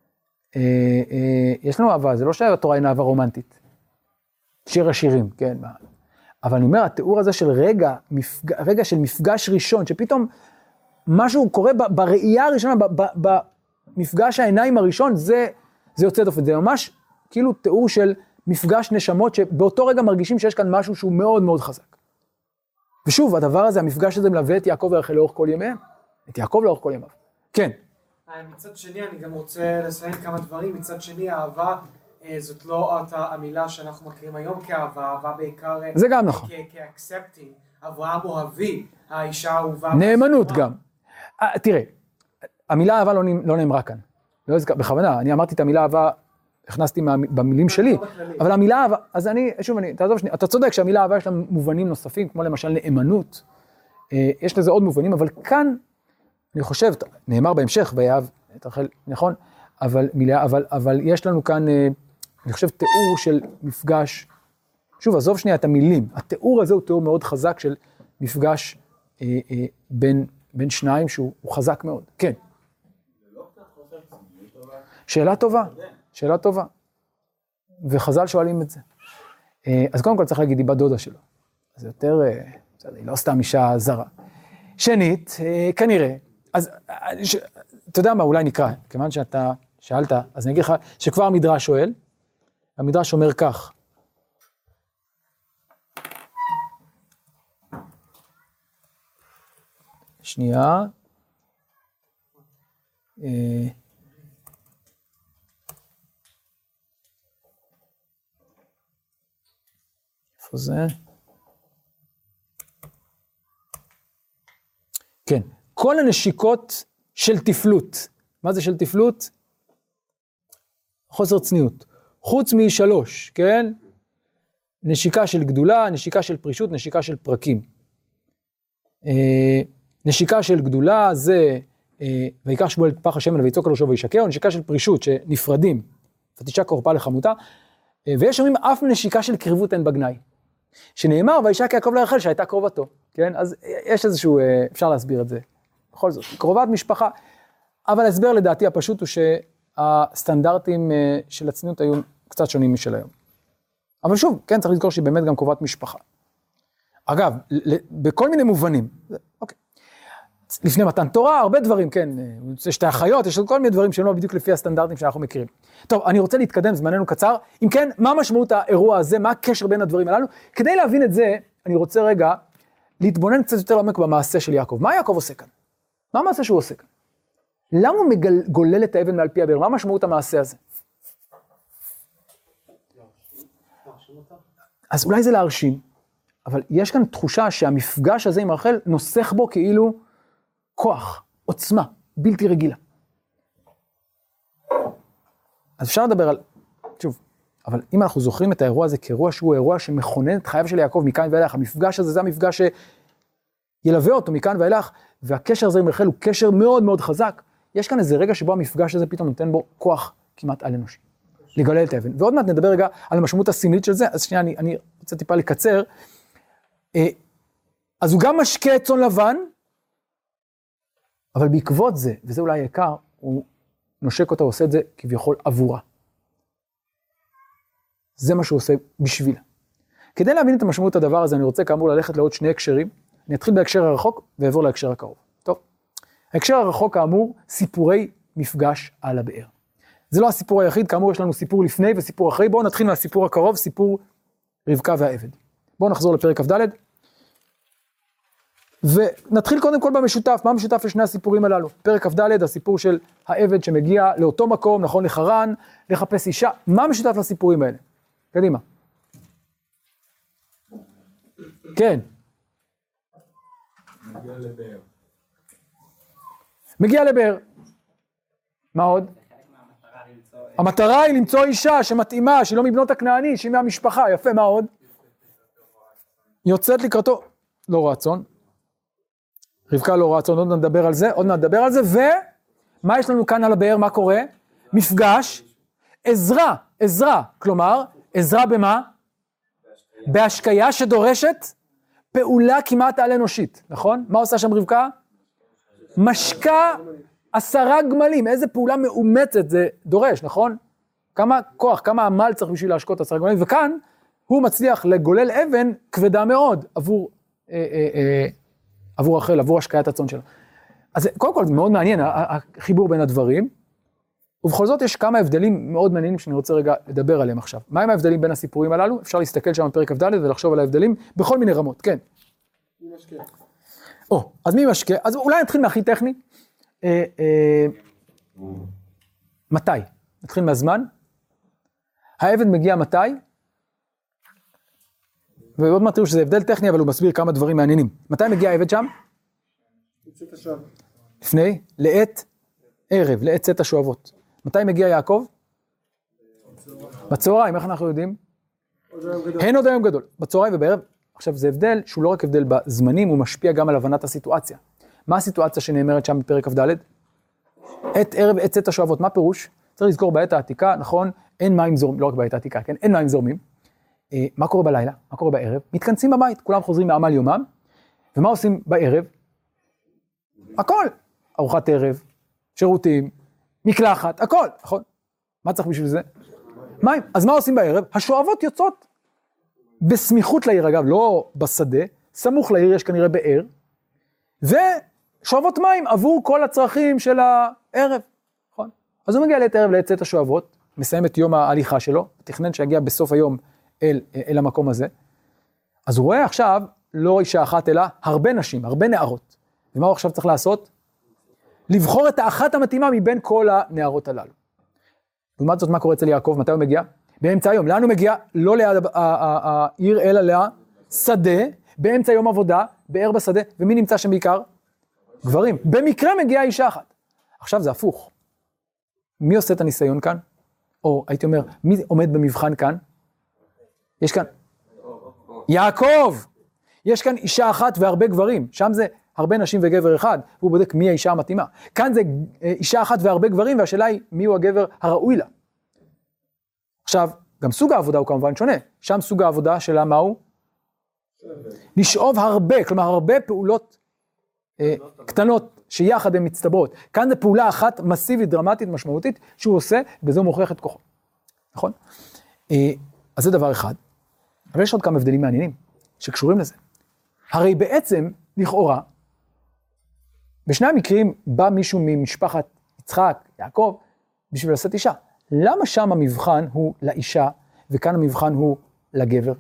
יש לנו אהבה, זה לא שהתורה אין אהבה רומנטית. שיר השירים, כן. אבל אני אומר, התיאור הזה של רגע של מפגש ראשון, שפתאום משהו קורה בראייה הראשונה, במפגש העיניים הראשון, זה יוצא דופן. זה ממש כאילו תיאור של מפגש נשמות, שבאותו רגע מרגישים שיש כאן משהו שהוא מאוד מאוד חזק. ושוב, הדבר הזה, המפגש הזה מלווה את יעקב ורחל לאורך כל ימיהם. את יעקב לאורך כל ימיו. כן.
מצד שני, אני גם רוצה לציין כמה דברים. מצד שני, אהבה, זאת לא המילה שאנחנו מכירים היום כאהבה, אהבה בעיקר...
זה גם נכון.
כאקספטינג. אברהם אוהבי, האישה האהובה.
נאמנות גם. תראה, המילה אהבה לא נאמרה כאן. בכוונה, אני אמרתי את המילה אהבה הכנסתי במילים שלי, אבל המילה אהבה, אז אני, שוב, תעזוב שנייה, אתה צודק שהמילה אהבה יש לה מובנים נוספים, כמו למשל נאמנות, יש לזה עוד מובנים, אבל כאן, אני חושב, נאמר בהמשך, ויאהב את רחל, נכון? אבל יש לנו כאן, אני חושב, תיאור של מפגש, שוב, עזוב שנייה את המילים, התיאור הזה הוא תיאור מאוד חזק של מפגש בין שניים שהוא חזק מאוד, כן. שאלה טובה, שאלה טובה. וחז"ל שואלים את זה. אז קודם כל צריך להגיד, היא בת דודה שלו. אז יותר, היא לא סתם אישה זרה. שנית, כנראה, אז אתה יודע מה, אולי נקרא, כיוון שאתה שאלת, אז אני אגיד לך שכבר המדרש שואל, המדרש אומר כך, שנייה, איפה זה? כן, כל הנשיקות של תפלות, מה זה של תפלות? חוסר צניעות, חוץ משלוש, כן? נשיקה של גדולה, נשיקה של פרישות, נשיקה של פרקים. נשיקה של גדולה זה, ויקח שמואל את פח השמן ויצוק על ראשו וישקר, נשיקה של פרישות שנפרדים, ותשק עורפה לחמותה, ויש אומרים אף נשיקה של קרבות אין בגנאי, שנאמר וישק יעקב לרחל שהייתה קרובתו, כן? אז יש איזשהו, אפשר להסביר את זה, בכל זאת, קרובת משפחה, אבל ההסבר לדעתי הפשוט הוא שהסטנדרטים של הצניעות היו קצת שונים משל היום. אבל שוב, כן, צריך לזכור שהיא באמת גם קרובת משפחה. אגב, בכל מיני מובנים, אוקיי. לפני מתן תורה, הרבה דברים, כן, יש שתי אחיות, יש כל מיני דברים שהם לא בדיוק לפי הסטנדרטים שאנחנו מכירים. טוב, אני רוצה להתקדם, זמננו קצר. אם כן, מה משמעות האירוע הזה, מה הקשר בין הדברים הללו? כדי להבין את זה, אני רוצה רגע להתבונן קצת יותר לעומק במעשה של יעקב. מה יעקב עושה כאן? מה המעשה שהוא עושה כאן? למה הוא גולל את האבן מעל פי הבאר? מה משמעות המעשה הזה? אז אולי זה להרשים, אבל יש כאן תחושה שהמפגש הזה עם רחל נוסח בו כאילו כוח, עוצמה, בלתי רגילה. אז אפשר לדבר על, שוב, אבל אם אנחנו זוכרים את האירוע הזה כאירוע שהוא אירוע שמכונן את חייו של יעקב מכאן ואילך, המפגש הזה זה המפגש שילווה אותו מכאן ואילך, והקשר הזה עם רחל הוא קשר מאוד מאוד חזק. יש כאן איזה רגע שבו המפגש הזה פתאום נותן בו כוח כמעט על אנושי, לגולל את האבן. ועוד מעט נדבר רגע על המשמעות הסמלית של זה, אז שנייה, אני רוצה טיפה לקצר. אז הוא גם משקה את צאן לבן, אבל בעקבות זה, וזה אולי העיקר, הוא נושק אותה, הוא עושה את זה כביכול עבורה. זה מה שהוא עושה בשבילה. כדי להבין את המשמעות הדבר הזה, אני רוצה כאמור ללכת לעוד שני הקשרים. אני אתחיל בהקשר הרחוק, ועבור להקשר הקרוב. טוב, ההקשר הרחוק כאמור, סיפורי מפגש על הבאר. זה לא הסיפור היחיד, כאמור יש לנו סיפור לפני וסיפור אחרי. בואו נתחיל מהסיפור הקרוב, סיפור רבקה והעבד. בואו נחזור לפרק כ"ד. ונתחיל קודם כל במשותף, מה משותף לשני הסיפורים הללו? פרק כ"ד, הסיפור של העבד שמגיע לאותו מקום, נכון, לחרן, לחפש אישה, מה משותף לסיפורים האלה? קדימה. כן.
מגיע לבאר.
מגיע לבאר. מה עוד? המטרה היא למצוא אישה שמתאימה, שהיא לא מבנות הכנעני, שהיא מהמשפחה, יפה, מה עוד? יוצאת לקראתו, לא רואה צאן. רבקה לא רואה צאן, עוד נדבר על זה, ומה יש לנו כאן על הבאר, מה קורה? מפגש, עזרה, כלומר, עזרה במה? בהשקיה שדורשת פעולה כמעט על אנושית, נכון? מה עושה שם רבקה? משקה 10 גמלים, איזה פעולה מאומצת זה דורש, נכון? כמה כוח, כמה עמל צריך בשביל להשקות 10 גמלים, וכאן הוא מצליח לגולל אבן כבדה מאוד עבור רחל, עבור השקיית הצאן שלו. אז קודם כל זה מאוד מעניין, החיבור בין הדברים, ובכל זאת יש כמה הבדלים מאוד מעניינים שאני רוצה רגע לדבר עליהם עכשיו. מה הם ההבדלים בין הסיפורים הללו? אפשר להסתכל שם בפרק כ"ד ולחשוב על ההבדלים בכל מיני רמות, כן.
מי משקה?
אז מי משקה? אז אולי נתחיל מהכי טכני. מתי? נתחיל מהזמן. העבד מגיע מתי? ועוד מעט תראו שזה הבדל טכני, אבל הוא מסביר כמה דברים מעניינים. מתי מגיע העבד שם? לפני? לעת ערב, לעת צאת השואבות. מתי מגיע יעקב? בצהריים, איך אנחנו יודעים? אין עוד היום גדול. בצהריים ובערב, עכשיו זה הבדל שהוא לא רק הבדל בזמנים, הוא משפיע גם על הבנת הסיטואציה. מה הסיטואציה שנאמרת שם בפרק כ"ד? עת ערב עת צאת השואבות, מה פירוש? צריך לזכור בעת העתיקה, נכון? אין מים זורמים, לא רק בעת העתיקה, כן? אין מים זורמים. מה קורה בלילה? מה קורה בערב? מתכנסים בבית, כולם חוזרים מעמל יומם, ומה עושים בערב? הכל. ארוחת ערב, שירותים, מקלחת, הכל, נכון? מה צריך בשביל זה? מים. אז מה עושים בערב? השואבות יוצאות בסמיכות לעיר, אגב, לא בשדה, סמוך לעיר, יש כנראה באר, ושואבות מים עבור כל הצרכים של הערב, נכון? אז הוא מגיע לעת ערב לעת צאת השואבות, מסיים את יום ההליכה שלו, תכנן שיגיע בסוף היום אל המקום הזה, אז הוא רואה עכשיו לא אישה אחת, אלא הרבה נשים, הרבה נערות. ומה הוא עכשיו צריך לעשות? לבחור את האחת המתאימה מבין כל הנערות הללו. לעומת זאת, מה קורה אצל יעקב? מתי הוא מגיע? באמצע היום. לאן הוא מגיע? לא ליד העיר, אלא לשדה, באמצע יום עבודה, בער בשדה, ומי נמצא שם בעיקר? גברים. במקרה מגיעה אישה אחת. עכשיו זה הפוך. מי עושה את הניסיון כאן? או הייתי אומר, מי עומד במבחן כאן? יש כאן יעקב. יש כאן אישה אחת והרבה גברים. שם זה הרבה נשים וגבר אחד, והוא בודק מי האישה המתאימה. כאן זה אישה אחת והרבה גברים, והשאלה היא מי הוא הגבר הראוי לה. עכשיו, גם סוג העבודה הוא כמובן שונה. שם סוג העבודה שלה מה הוא? לשאוב הרבה, כלומר הרבה פעולות קטנות שיחד הן מצטברות. כאן זה פעולה אחת מסיבית, דרמטית, משמעותית, שהוא עושה, ובזה הוא מוכיח את כוחו. נכון? אז זה דבר אחד. אבל יש עוד כמה הבדלים מעניינים שקשורים לזה. הרי בעצם, לכאורה, בשני המקרים בא מישהו ממשפחת יצחק, יעקב, בשביל לשאת אישה. למה שם המבחן הוא לאישה, וכאן המבחן הוא לגבר?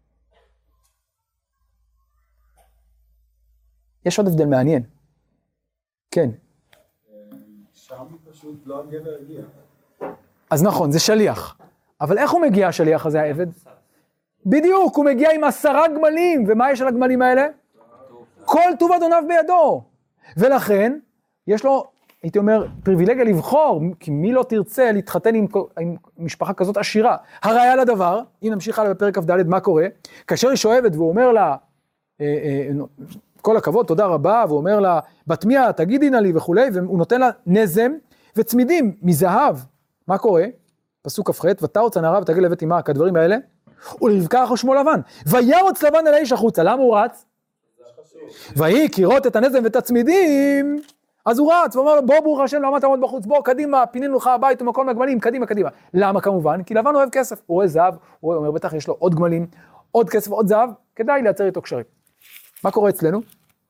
יש עוד הבדל מעניין. כן.
שם פשוט לא הגבר הגיע.
אז נכון, זה שליח. אבל איך הוא מגיע, השליח הזה, העבד? בדיוק, הוא מגיע עם 10 גמלים, ומה יש על הגמלים האלה? כל טוב אדוניו בידו. ולכן, יש לו, הייתי אומר, פריבילגיה לבחור, כי מי לא תרצה להתחתן עם משפחה כזאת עשירה. הראיה לדבר, אם נמשיך הלאה בפרק כ"ד, מה קורה? כאשר היא שואבת והוא אומר לה, כל הכבוד, תודה רבה, והוא אומר לה, בתמיה, תגידי נא לי וכולי, והוא נותן לה נזם וצמידים מזהב. מה קורה? פסוק כ"ח, ותרוץ הנערה ותגיד לבית אמה, כדברים האלה, ולרבקה אחו שמו לבן. וירוץ לבן אל האיש החוצה. למה הוא רץ? ויהי כראות את הנזם ואת הצמידים, אז הוא רץ ואומר לו, בוא ברוך השם, למה תעמוד בחוץ? בוא, קדימה, פינינו לך הבית ומקום לגמלים, קדימה, קדימה. למה כמובן? כי לבן אוהב כסף, הוא רואה זהב, הוא אומר, בטח יש לו עוד גמלים, עוד כסף, עוד זהב, כדאי לייצר איתו קשרים. מה קורה אצלנו?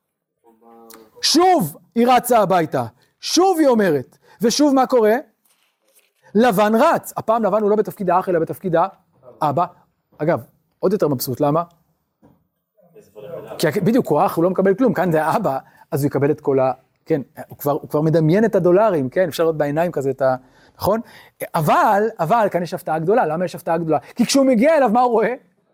שוב היא רצה הביתה, שוב היא אומרת, ושוב מה קורה? לבן רץ, הפעם לבן הוא לא בתפקיד האח, אלא בתפקיד האבא. אגב, עוד יותר מבסוט, למה? כי בדיוק, הוא האח, הוא לא מקבל כלום, כאן זה האבא, אז הוא יקבל את כל כן, הוא כבר מדמיין את הדולרים, כן, אפשר לראות בעיניים כזה את נכון? אבל כאן יש הפתעה גדולה, למה יש הפתעה גדולה? כי כשהוא מגיע אליו, מה הוא רואה?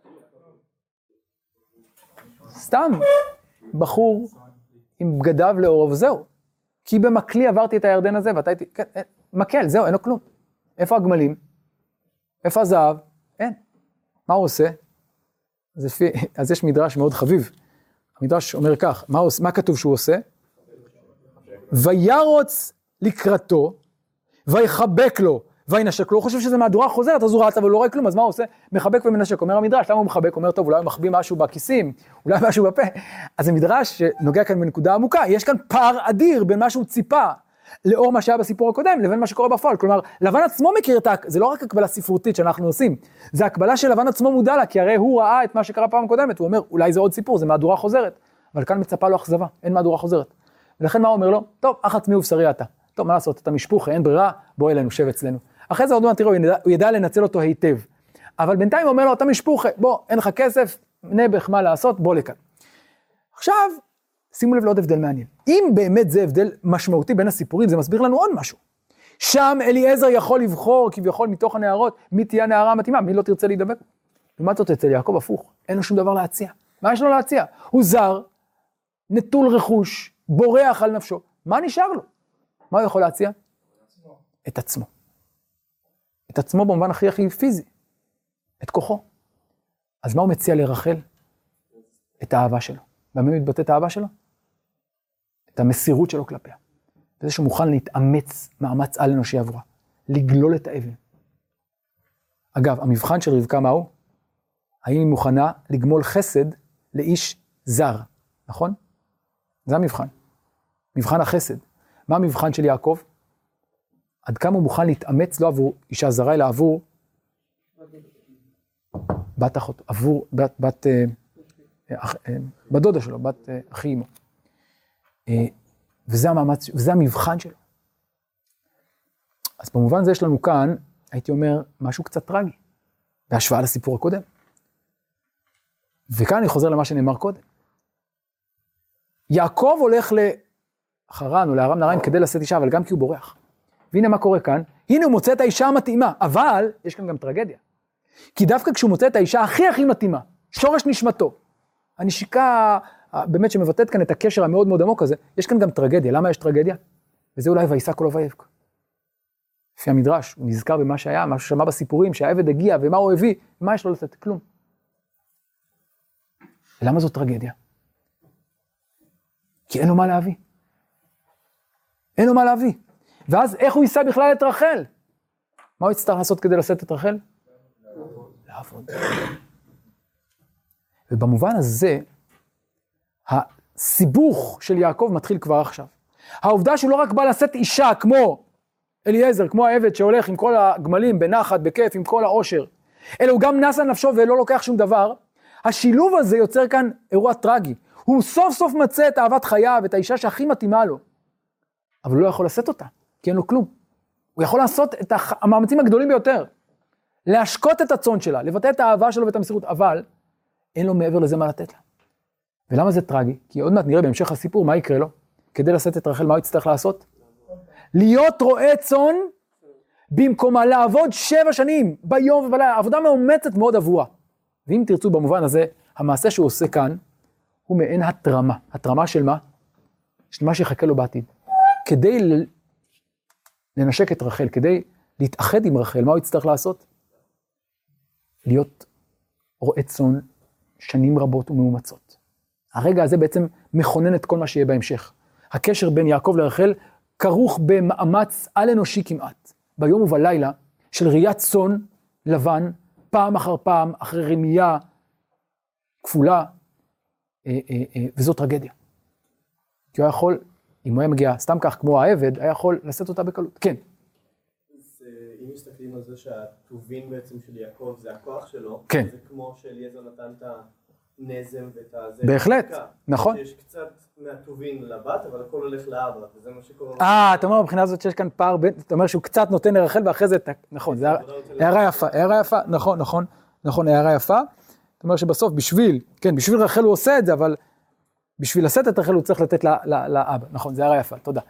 סתם, בחור עם בגדיו לאור, וזהו. כי במקלי עברתי את הירדן הזה, ואתה הייתי, כן, מקל, זהו, אין לו כלום. איפה הגמלים? איפה הזהב? אין. מה הוא עושה? אז יש מדרש מאוד חביב. המדרש אומר כך, מה כתוב שהוא עושה? וירוץ לקראתו, ויחבק לו, וינשק לו. הוא חושב שזה מהדורה חוזרת, אז הוא רץ, אבל לא רואה כלום, אז מה הוא עושה? מחבק ומנשק. אומר המדרש, למה הוא מחבק? אומר, טוב, אולי הוא מחביא משהו בכיסים, אולי משהו בפה. אז המדרש שנוגע כאן בנקודה עמוקה, יש כאן פער אדיר בין מה שהוא ציפה, לאור מה שהיה בסיפור הקודם, לבין מה שקורה בפועל. כלומר, לבן עצמו מכיר זה לא רק הקבלה ספרותית שאנחנו עושים, זה הקבלה של לבן עצמו מודע לה, כי הרי הוא ראה את מה שקרה פעם הקודמת, הוא אומר, אולי זה עוד סיפור, זה מהדורה חוזרת, אבל כאן מצפה לו אכזבה, אין מהדורה חוזרת. ולכן מה הוא אומר לו? טוב, אח עצמי ובשרי אתה. טוב, מה לעשות? אתה משפוך, אין ברירה, בוא אלינו, שב אצלנו. אחרי זה עוד מעט תראו, הוא ידע לנצל אותו היטב. אבל בינתיים הוא אומר לו, אתה משפוך, בוא, אין לך כסף, נבח מה לעשות, בוא לכאן. עכשיו, שימו לב לעוד הבדל מעניין. אם באמת זה הבדל משמעותי בין הסיפורים, זה מסביר לנו עוד משהו. שם אליעזר יכול לבחור, כביכול מתוך הנערות, מי תהיה הנערה המתאימה, מי לא תרצה להידבק. לעומת זאת אצל יעקב הפוך, אין לו שום דבר להציע. מה יש לו להציע? הוא זר, נטול רכוש, בורח על נפשו. מה נשאר לו? מה הוא יכול להציע? את עצמו. את עצמו במובן הכי פיזי. את כוחו. אז מה הוא מציע לרחל? את האהבה שלו. במה מתבטאת האהבה שלו? את המסירות שלו כלפיה. וזה שהוא מוכן להתאמץ מאמץ על אנושי עבורה. לגלול את האבן. אגב, המבחן של רבקה מהו? האם היא מוכנה לגמול חסד לאיש זר, נכון? זה המבחן. מבחן החסד. מה המבחן של יעקב? עד כמה הוא מוכן להתאמץ לא עבור אישה זרה, אלא עבור בת אחותו, עבור בת דודה שלו, בת אחי אמו. וזה המאמץ, וזה המבחן שלו. אז במובן זה יש לנו כאן, הייתי אומר, משהו קצת טרגי, בהשוואה לסיפור הקודם. וכאן אני חוזר למה שנאמר קודם. יעקב הולך לחרן או לארם נהריים כדי לשאת אישה, אבל גם כי הוא בורח. והנה מה קורה כאן, הנה הוא מוצא את האישה המתאימה, אבל יש כאן גם טרגדיה. כי דווקא כשהוא מוצא את האישה הכי מתאימה, שורש נשמתו, הנשיקה באמת שמבטאת כאן את הקשר המאוד מאוד עמוק הזה, יש כאן גם טרגדיה. למה יש טרגדיה? וזה אולי ויישא קולו ויבכה. לפי המדרש, הוא נזכר במה שהיה, מה ששמע בסיפורים, שהעבד הגיע ומה הוא הביא, ומה יש לו לתת? כלום. למה זו טרגדיה? כי אין לו מה להביא. אין לו מה להביא. ואז איך הוא יישא בכלל את רחל? מה הוא יצטרך לעשות כדי לשאת את רחל? לעבוד. ובמובן הזה, הסיבוך של יעקב מתחיל כבר עכשיו. העובדה שהוא לא רק בא לשאת אישה כמו אליעזר, כמו העבד שהולך עם כל הגמלים, בנחת, בכיף, עם כל העושר, אלא הוא גם נס על נפשו ולא לוקח שום דבר. השילוב הזה יוצר כאן אירוע טרגי. הוא סוף סוף מצא את אהבת חייו, את האישה שהכי מתאימה לו. אבל הוא לא יכול לשאת אותה, כי אין לו כלום. הוא יכול לעשות את המאמצים הגדולים ביותר. להשקות את הצאן שלה, לבטא את האהבה שלו ואת המסירות, אבל אין לו מעבר לזה מה לתת לה. ולמה זה טרגי? כי עוד מעט נראה בהמשך הסיפור מה יקרה לו. כדי לשאת את רחל, מה הוא יצטרך לעשות? להיות רועה צאן במקומה, לעבוד 7 שנים ביום ובלילה, עבודה מאומצת מאוד עבורה. ואם תרצו במובן הזה, המעשה שהוא עושה כאן, הוא מעין התרמה. התרמה של מה? של מה שיחכה לו בעתיד. כדי לנשק את רחל, כדי להתאחד עם רחל, מה הוא יצטרך לעשות? להיות רועה צאן שנים רבות ומאומצות. הרגע הזה בעצם מכונן את כל מה שיהיה בהמשך. הקשר בין יעקב לרחל כרוך במאמץ על אנושי כמעט, ביום ובלילה, של ראיית צאן לבן, פעם אחר פעם, אחרי רמייה כפולה, וזו טרגדיה. כי הוא יכול, אם הוא היה מגיע סתם כך כמו העבד, היה יכול לשאת אותה בקלות. כן.
אז אם מסתכלים על זה שהטובין בעצם של יעקב זה הכוח שלו,
כן.
זה כמו שאליעזר נתן את הנזם ואת הזה.
בהחלט, נכון.
שיש קצת מהטובין לבת, אבל הכל הולך לאבא, וזה מה שקורה.
אתה אומר מבחינה הזאת שיש כאן פער, אתה אומר שהוא קצת נותן לרחל ואחרי זה, נכון, זה הערה יפה, הערה יפה, נכון, הערה יפה. זאת אומרת שבסוף בשביל רחל הוא עושה את זה, אבל בשביל לשאת את רחל הוא צריך לתת לאבא, נכון, זה הערה יפה, תודה.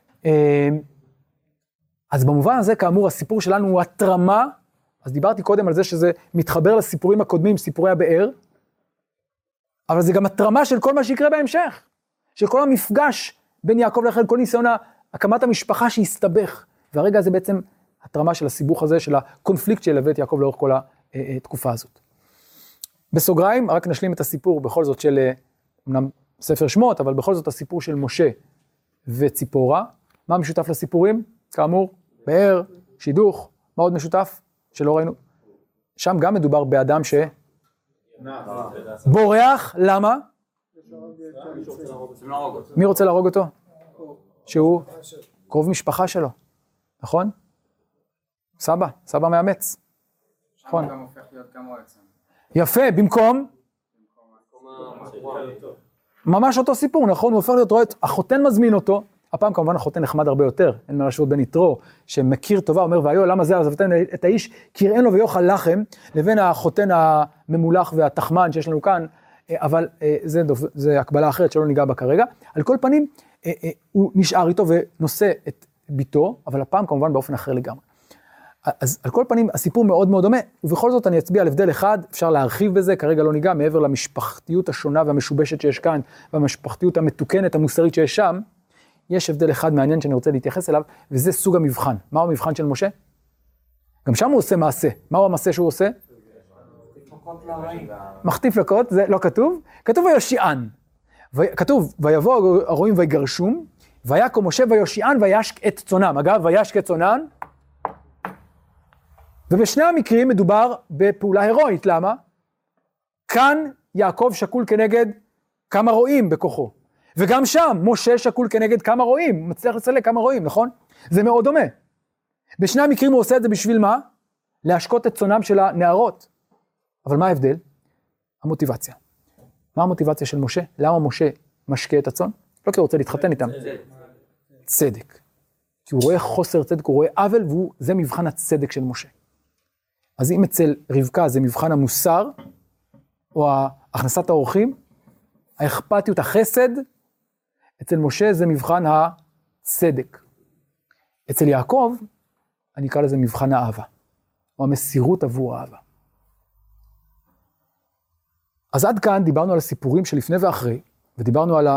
אז במובן הזה, כאמור, הסיפור שלנו הוא התרמה, אז דיברתי קודם על זה שזה מתחבר לסיפורים הקודמים, סיפורי הבאר, אבל זה גם התרמה של כל מה שיקרה בהמשך, של כל המפגש בין יעקב לרחל, כל ניסיון הקמת המשפחה שהסתבך, והרגע הזה בעצם התרמה של הסיבוך הזה, של הקונפליקט שילווה את יעקב לאורך כל התקופה הזאת. בסוגריים, רק נשלים את הסיפור בכל זאת של, אמנם ספר שמות, אבל בכל זאת הסיפור של משה וציפורה. מה משותף לסיפורים? כאמור, באר, שידוך, מה עוד משותף? שלא ראינו. שם גם מדובר באדם בורח, למה? מי רוצה להרוג אותו? שהוא קרוב משפחה שלו, נכון? סבא מאמץ. נכון.
גם הופך להיות כמו עצם.
יפה, במקום? ממש אותו סיפור, נכון? הוא הופך להיות רואה, החותן מזמין אותו, הפעם כמובן החותן נחמד הרבה יותר, אין מה להשוות בין יתרו, שמכיר טובה, אומר, והיו, למה זה עזבתם את האיש, כי יראין לו ויאכל לחם, לבין החותן הממולח והתחמן שיש לנו כאן, אבל זה הקבלה אחרת שלא ניגע בה כרגע. על כל פנים, הוא נשאר איתו ונושא את ביתו, אבל הפעם כמובן באופן אחר לגמרי. אז על כל פנים, הסיפור מאוד מאוד דומה, ובכל זאת אני אצביע על הבדל אחד, אפשר להרחיב בזה, כרגע לא ניגע, מעבר למשפחתיות השונה והמשובשת שיש כאן, והמשפחתיות המתוקנת, המוסרית שיש שם, יש הבדל אחד מעניין שאני רוצה להתייחס אליו, וזה סוג המבחן. מהו המבחן של משה? גם שם הוא עושה מעשה. מהו המעשה שהוא עושה?
מכות לרעים.
מחטיף מכות, זה לא כתוב. כתוב ויושיען. כתוב, ויבוא הרועים ויגרשום, ויקום משה ויושיען וישק את צונם. אגב, וישק את צונן. ובשני המקרים מדובר בפעולה הירואית. למה? כאן יעקב שקול כנגד כמה רועים בכוחו. וגם שם משה שקול כנגד כמה רועים. מצליח לסלק כמה רועים, נכון? זה מאוד דומה. בשני המקרים הוא עושה את זה בשביל מה? להשקות את צונם של הנערות. אבל מה ההבדל? המוטיבציה. מה המוטיבציה של משה? למה משה משקה את הצאן? לא כי הוא רוצה להתחתן איתם. צדק. כי הוא רואה חוסר צדק, הוא רואה עוול, וזה מבחן הצדק של משה. אז אם אצל רבקה זה מבחן המוסר, או הכנסת האורחים, האכפתיות, החסד, אצל משה זה מבחן הצדק. אצל יעקב, אני אקרא לזה מבחן האהבה, או המסירות עבור האהבה. אז עד כאן דיברנו על הסיפורים שלפני ואחרי, ודיברנו על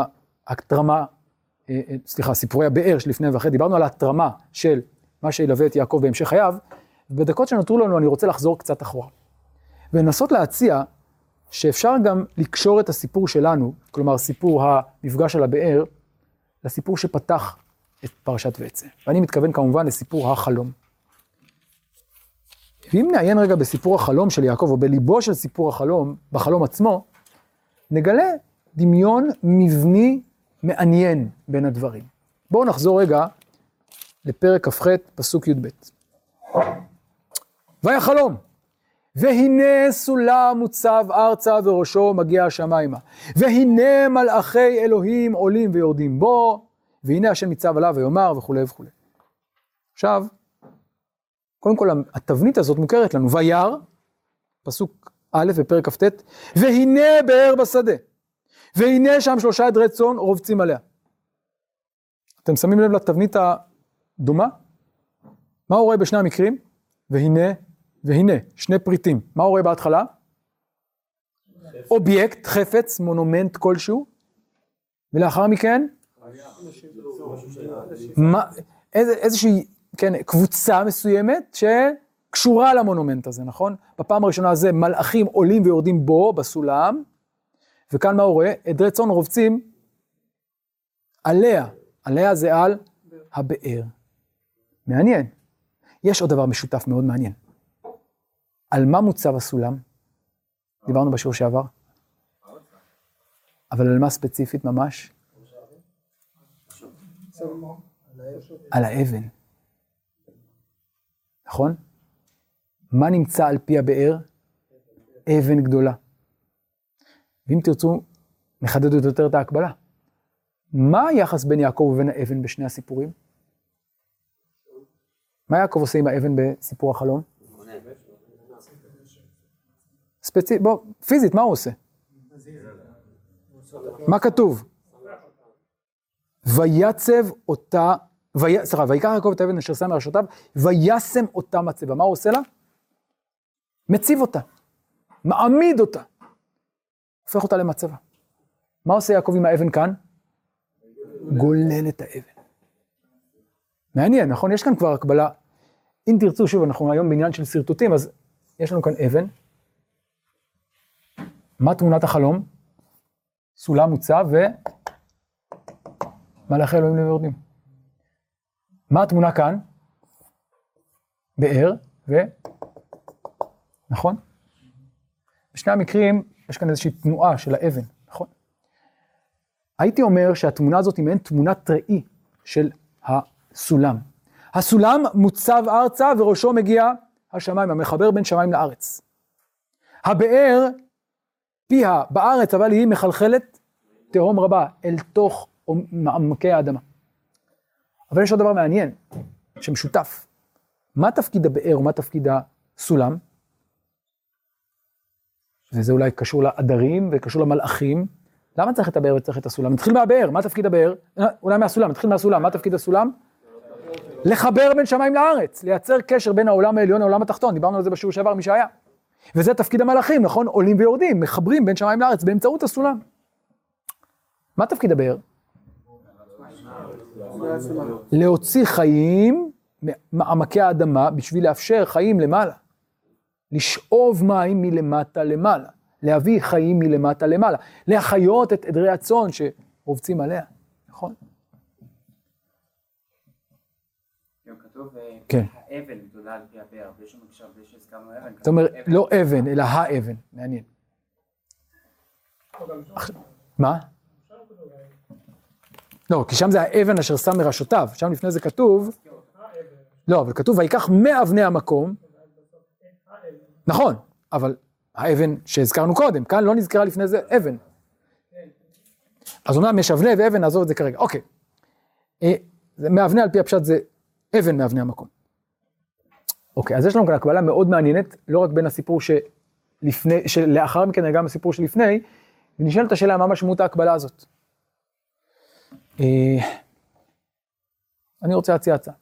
סיפורי הבאר שלפני ואחרי, דיברנו על ההתרמה של מה שילווה את יעקב בהמשך חייו, ובדקות שנותרו לנו אני רוצה לחזור קצת אחורה, ולנסות להציע שאפשר גם לקשור את הסיפור שלנו, כלומר סיפור המפגש על הבאר, לסיפור שפתח את פרשת ויצא. ואני מתכוון כמובן לסיפור החלום. ואם נעיין רגע בסיפור החלום של יעקב, או בליבו של סיפור החלום, בחלום עצמו, נגלה דמיון מבני מעניין בין הדברים. בואו נחזור רגע לפרק כ"ח, פסוק י"ב. והיה חלום, והנה סולם מוצב ארצה וראשו מגיע השמיימה, והנה מלאכי אלוהים עולים ויורדים בו, והנה השם ניצב עליו ויאמר וכו' וכו'. עכשיו, קודם כל התבנית הזאת מוכרת לנו, וירא, פסוק א' בפרק כ"ט, והנה באר בשדה, והנה שם 3 עדרי צאן רובצים עליה. אתם שמים לב לתבנית הדומה? מה הוא רואה בשני המקרים? והנה, 2 פריטים. מה הוא רואה בהתחלה? אובייקט, חפץ, מונומנט כלשהו, ולאחר מכן? איזושהי קבוצה מסוימת שקשורה למונומנט הזה, נכון? בפעם הראשונה הזה מלאכים עולים ויורדים בו, בסולם, וכאן מה הוא רואה? עדרי צאן רובצים עליה. עליה זה על הבאר. מעניין. יש עוד דבר משותף מאוד מעניין. על מה מוצב הסולם? דיברנו בשיעור שעבר. אבל על מה ספציפית ממש? על האבן. נכון? מה נמצא על פי הבאר? אבן גדולה. ואם תרצו, נחדד יותר את ההקבלה. מה היחס בין יעקב ובין האבן בשני הסיפורים? מה יעקב עושה עם האבן בסיפור החלום? בוא, פיזית, מה הוא עושה? מה כתוב? ויצב אותה, ויקח יעקב את האבן אשר שם מראשותיו, וישם אותה מצבה. מה הוא עושה לה? מציב אותה, מעמיד אותה, הופך אותה למצבה. מה עושה יעקב עם האבן כאן? גולל את האבן. מעניין, נכון? יש כאן כבר הקבלה. אם תרצו, שוב, אנחנו היום בעניין של סרטוטים, אז יש לנו כאן אבן. מה תמונת החלום? סולם מוצב ומלאכי אלוהים ויורדים. מה התמונה כאן? באר נכון? בשני המקרים יש כאן איזושהי תנועה של האבן, נכון? הייתי אומר שהתמונה הזאת היא מעין תמונת ראי של הסולם. הסולם מוצב ארצה וראשו מגיע השמיים, המחבר בין שמיים לארץ. הבאר פיה בארץ, אבל היא מחלחלת תהום רבה אל תוך מעמקי האדמה. אבל יש עוד דבר מעניין, שמשותף. מה תפקיד הבאר ומה תפקיד הסולם? וזה אולי קשור לעדרים וקשור למלאכים. למה צריך את הבאר וצריך את הסולם? נתחיל מהבאר, מה תפקיד הבאר? אולי מהסולם, נתחיל מהסולם, מה תפקיד הסולם? לחבר בין שמיים לארץ, לייצר קשר בין העולם העליון לעולם התחתון, דיברנו על זה בשיעור שעבר, מי שהיה. וזה תפקיד המלאכים, נכון? עולים ויורדים, מחברים בין שמיים לארץ באמצעות הסולם. מה תפקיד הבאר? להוציא חיים מעמקי האדמה בשביל לאפשר חיים למעלה. לשאוב מים מלמטה למעלה, להביא חיים מלמטה למעלה, להחיות את עדרי הצאן שרובצים עליה, נכון?
גם כתוב,
כן.
האבן גדולה על פי הבאר, ויש לנו עכשיו, שהזכרנו אבן.
זאת אומרת, לא אבן, אלא האבן, מעניין. מה? לא, כי שם זה האבן אשר שם מראשותיו, שם לפני זה כתוב, לא, אבל כתוב, ויקח מאבני המקום, נכון, אבל האבן שהזכרנו קודם, כאן לא נזכרה לפני זה אבן. אז אומנם יש אבני ואבן, נעזוב את זה כרגע, אוקיי. מאבני על פי הפשט זה אבן מאבני המקום. אוקיי, אז יש לנו כאן הקבלה מאוד מעניינת, לא רק בין הסיפור שלאחר מכן, אלא גם הסיפור שלפני, ונשאלת השאלה מה משמעות ההקבלה הזאת. אני רוצה להציע הצעה.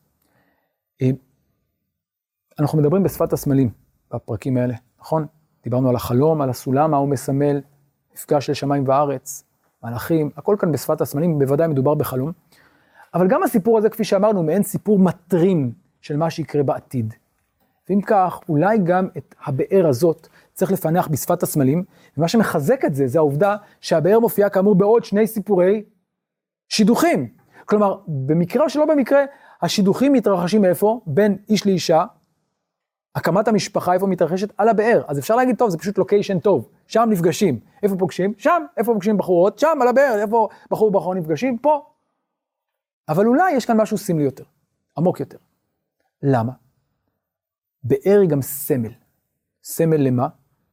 אנחנו מדברים בשפת הסמלים בפרקים האלה, נכון? דיברנו על החלום, על הסולם, מה הוא מסמל, מפגש של שמיים וארץ, מלאכים, הכל כאן בשפת הסמלים, בוודאי מדובר בחלום. אבל גם הסיפור הזה, כפי שאמרנו, מעין סיפור מטרים של מה שיקרה בעתיד. ואם כך, אולי גם את הבאר הזאת צריך לפענח בשפת הסמלים, ומה שמחזק את זה, זה העובדה שהבאר מופיעה כאמור בעוד שני סיפורי שידוכים. כלומר, במקרה או שלא במקרה, השידוכים מתרחשים מאיפה? בין איש לאישה, הקמת המשפחה איפה מתרחשת? על הבאר. אז אפשר להגיד, טוב, זה פשוט לוקיישן טוב. שם נפגשים. איפה פוגשים? שם. איפה פוגשים בחורות? שם, על הבאר. איפה בחור ובחור נפגשים? פה. אבל אולי יש כאן משהו סמלי יותר, עמוק יותר. למה? באר היא גם סמל. סמל למה?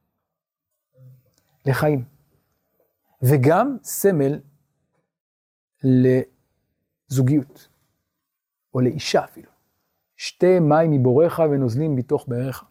לחיים. וגם סמל לזוגיות. או לאישה אפילו. שתי מים מבורך ונוזלים בתוך בארך.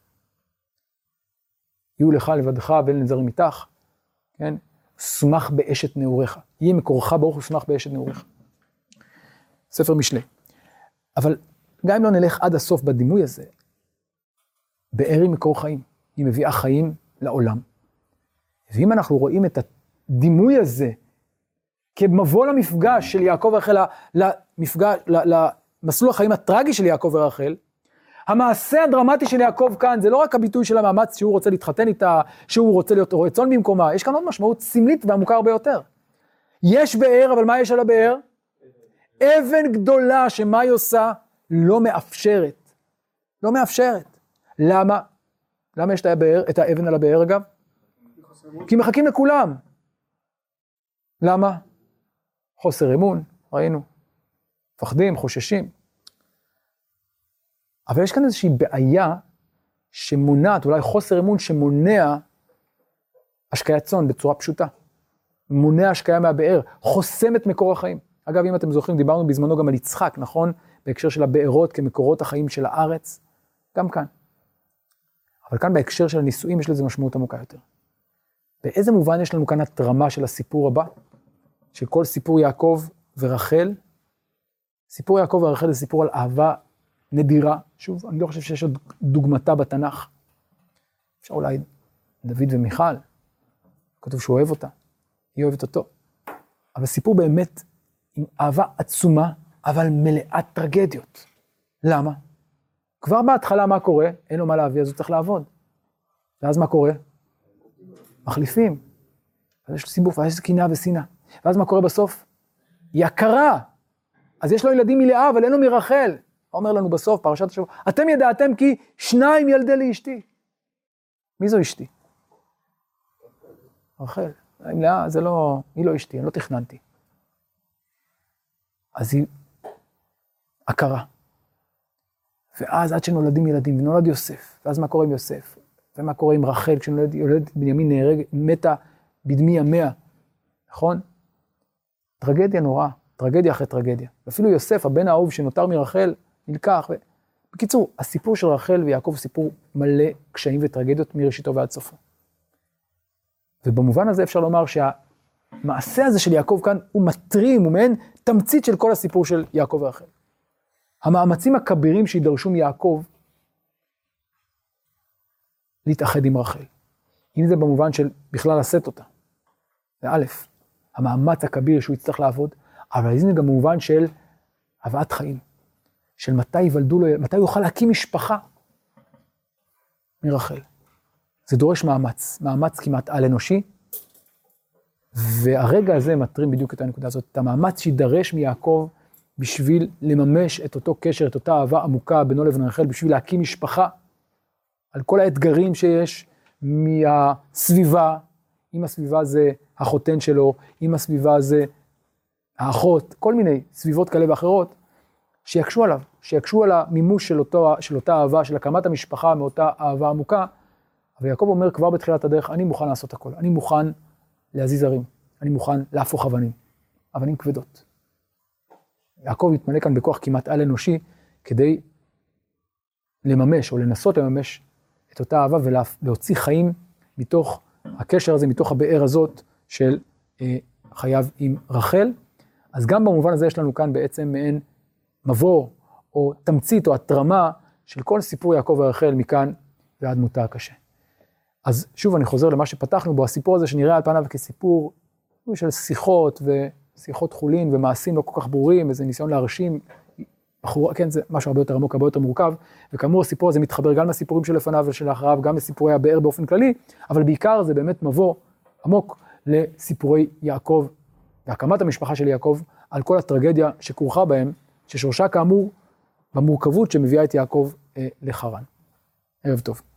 יהיו לך לבדך ואין לזרים איתך. כן? סומך באשת נעוריך. יהיה מקורך ברוך וסומך באשת נעוריך. ספר משלי. אבל גם אם לא נלך עד הסוף בדימוי הזה, באר היא מקור חיים. היא מביאה חיים לעולם. ואם אנחנו רואים את הדימוי הזה, כמבוא למפגש של יעקב ורחל, למסלול החיים הטרגי של יעקב ורחל, המעשה הדרמטי של יעקב כאן, זה לא רק הביטוי של המאמץ שהוא רוצה להתחתן איתה, שהוא רוצה להיות רועה צאן במקומה, יש כאן עוד משמעות סמלית והמוכר ביותר. יש באר, אבל מה יש על הבאר? אבן גדולה שמה היא עושה? לא מאפשרת. לא מאפשרת. למה? למה יש את האבן על הבאר אגב? כי מחכים לכולם. למה? חוסר אמון, ראינו. מפחדים, חוששים. אבל יש כאן איזושהי בעיה שמונעת, אולי חוסר אמון שמונע השקיית צאן בצורה פשוטה. מונע השקיה מהבאר, חוסם את מקור החיים. אגב, אם אתם זוכרים, דיברנו בזמנו גם על יצחק, נכון? בהקשר של הבארות כמקורות החיים של הארץ. גם כאן. אבל כאן בהקשר של הנישואים יש לזה משמעות עמוקה יותר. באיזה מובן יש לנו כאן התרמה של הסיפור הבא? של כל סיפור יעקב ורחל. סיפור יעקב ורחל זה סיפור על אהבה נדירה. שוב, אני לא חושב שיש עוד דוגמתה בתנ"ך. אפשר אולי דוד ומיכל. כתוב שהוא אוהב אותה. היא אוהבת אותו. אבל סיפור באמת עם אהבה עצומה, אבל מלאת טרגדיות. למה? כבר בהתחלה מה קורה? אין לו מה להביא, אז הוא צריך לעבוד. ואז מה קורה? מחליפים. אז יש לו סיבוב, ואז יש קנאה ושנאה. ואז מה קורה בסוף? היא הכרה. אז יש לו ילדים מלאה, אבל אין לו מרחל. אומר לנו בסוף, פרשת השבוע, אתם ידעתם כי 2 ילדי לאשתי. מי זו אשתי? רחל. מלאה, זה לא, היא לא אשתי, אני לא תכננתי. אז היא הכרה. ואז עד שנולדים ילדים, ונולד יוסף, ואז מה קורה עם יוסף? ומה קורה עם רחל, כשנולדת בנימין נהרג, מתה בדמי ימיה, נכון? טרגדיה נוראה, טרגדיה אחרי טרגדיה. ואפילו יוסף, הבן האהוב שנותר מרחל, נלקח. בקיצור, הסיפור של רחל ויעקב סיפור מלא קשיים וטרגדיות מראשיתו ועד סופו. ובמובן הזה אפשר לומר שהמעשה הזה של יעקב כאן הוא מטרים, הוא מעין תמצית של כל הסיפור של יעקב ורחל. המאמצים הכבירים שידרשו מיעקב להתאחד עם רחל. אם זה במובן של בכלל לשאת אותה. זה א', המאמץ הכביר שהוא יצטרך לעבוד, אבל זה גם במובן של הבאת חיים. של מתי יוולדו לו, מתי הוא יוכל להקים משפחה מרחל. זה דורש מאמץ כמעט על אנושי, והרגע הזה מטרים בדיוק את הנקודה הזאת, את המאמץ שידרש מיעקב בשביל לממש את אותו קשר, את אותה אהבה עמוקה בינו לבין רחל, בשביל להקים משפחה, על כל האתגרים שיש מהסביבה, אם הסביבה זה החותן שלו, אם הסביבה זה האחות, כל מיני סביבות כאלה ואחרות, שיקשו עליו, שיקשו על המימוש של אותה אהבה, של הקמת המשפחה מאותה אהבה עמוקה, אבל יעקב אומר כבר בתחילת הדרך, אני מוכן לעשות הכל, אני מוכן להזיז הרים, אני מוכן להפוך אבנים כבדות. יעקב התמלא כאן בכוח כמעט על אנושי, כדי לממש או לנסות לממש את אותה אהבה, ולהוציא חיים מתוך הקשר הזה, מתוך הבאר הזאת של חייו עם רחל. אז גם במובן הזה יש לנו כאן בעצם מעין מבוא, או תמצית, או התרמה של כל סיפור יעקב ורחל מכאן ועד מותה הקשה. אז שוב אני חוזר למה שפתחנו בו, הסיפור הזה שנראה על פניו כסיפור של שיחות ושיחות חולין ומעשים לא כל כך ברורים, איזה ניסיון להרשים, כן, זה משהו הרבה יותר עמוק, הרבה יותר מורכב, וכאמור הסיפור הזה מתחבר גם לסיפורים שלפניו ושלאחריו, גם לסיפורי הבאר באופן כללי, אבל בעיקר זה באמת מבוא עמוק לסיפורי יעקב, והקמת המשפחה של יעקב, על כל הטרגדיה שכרוכה בהם, ששורשה כאמור במורכבות שמביאה את יעקב לחרן. ערב טוב.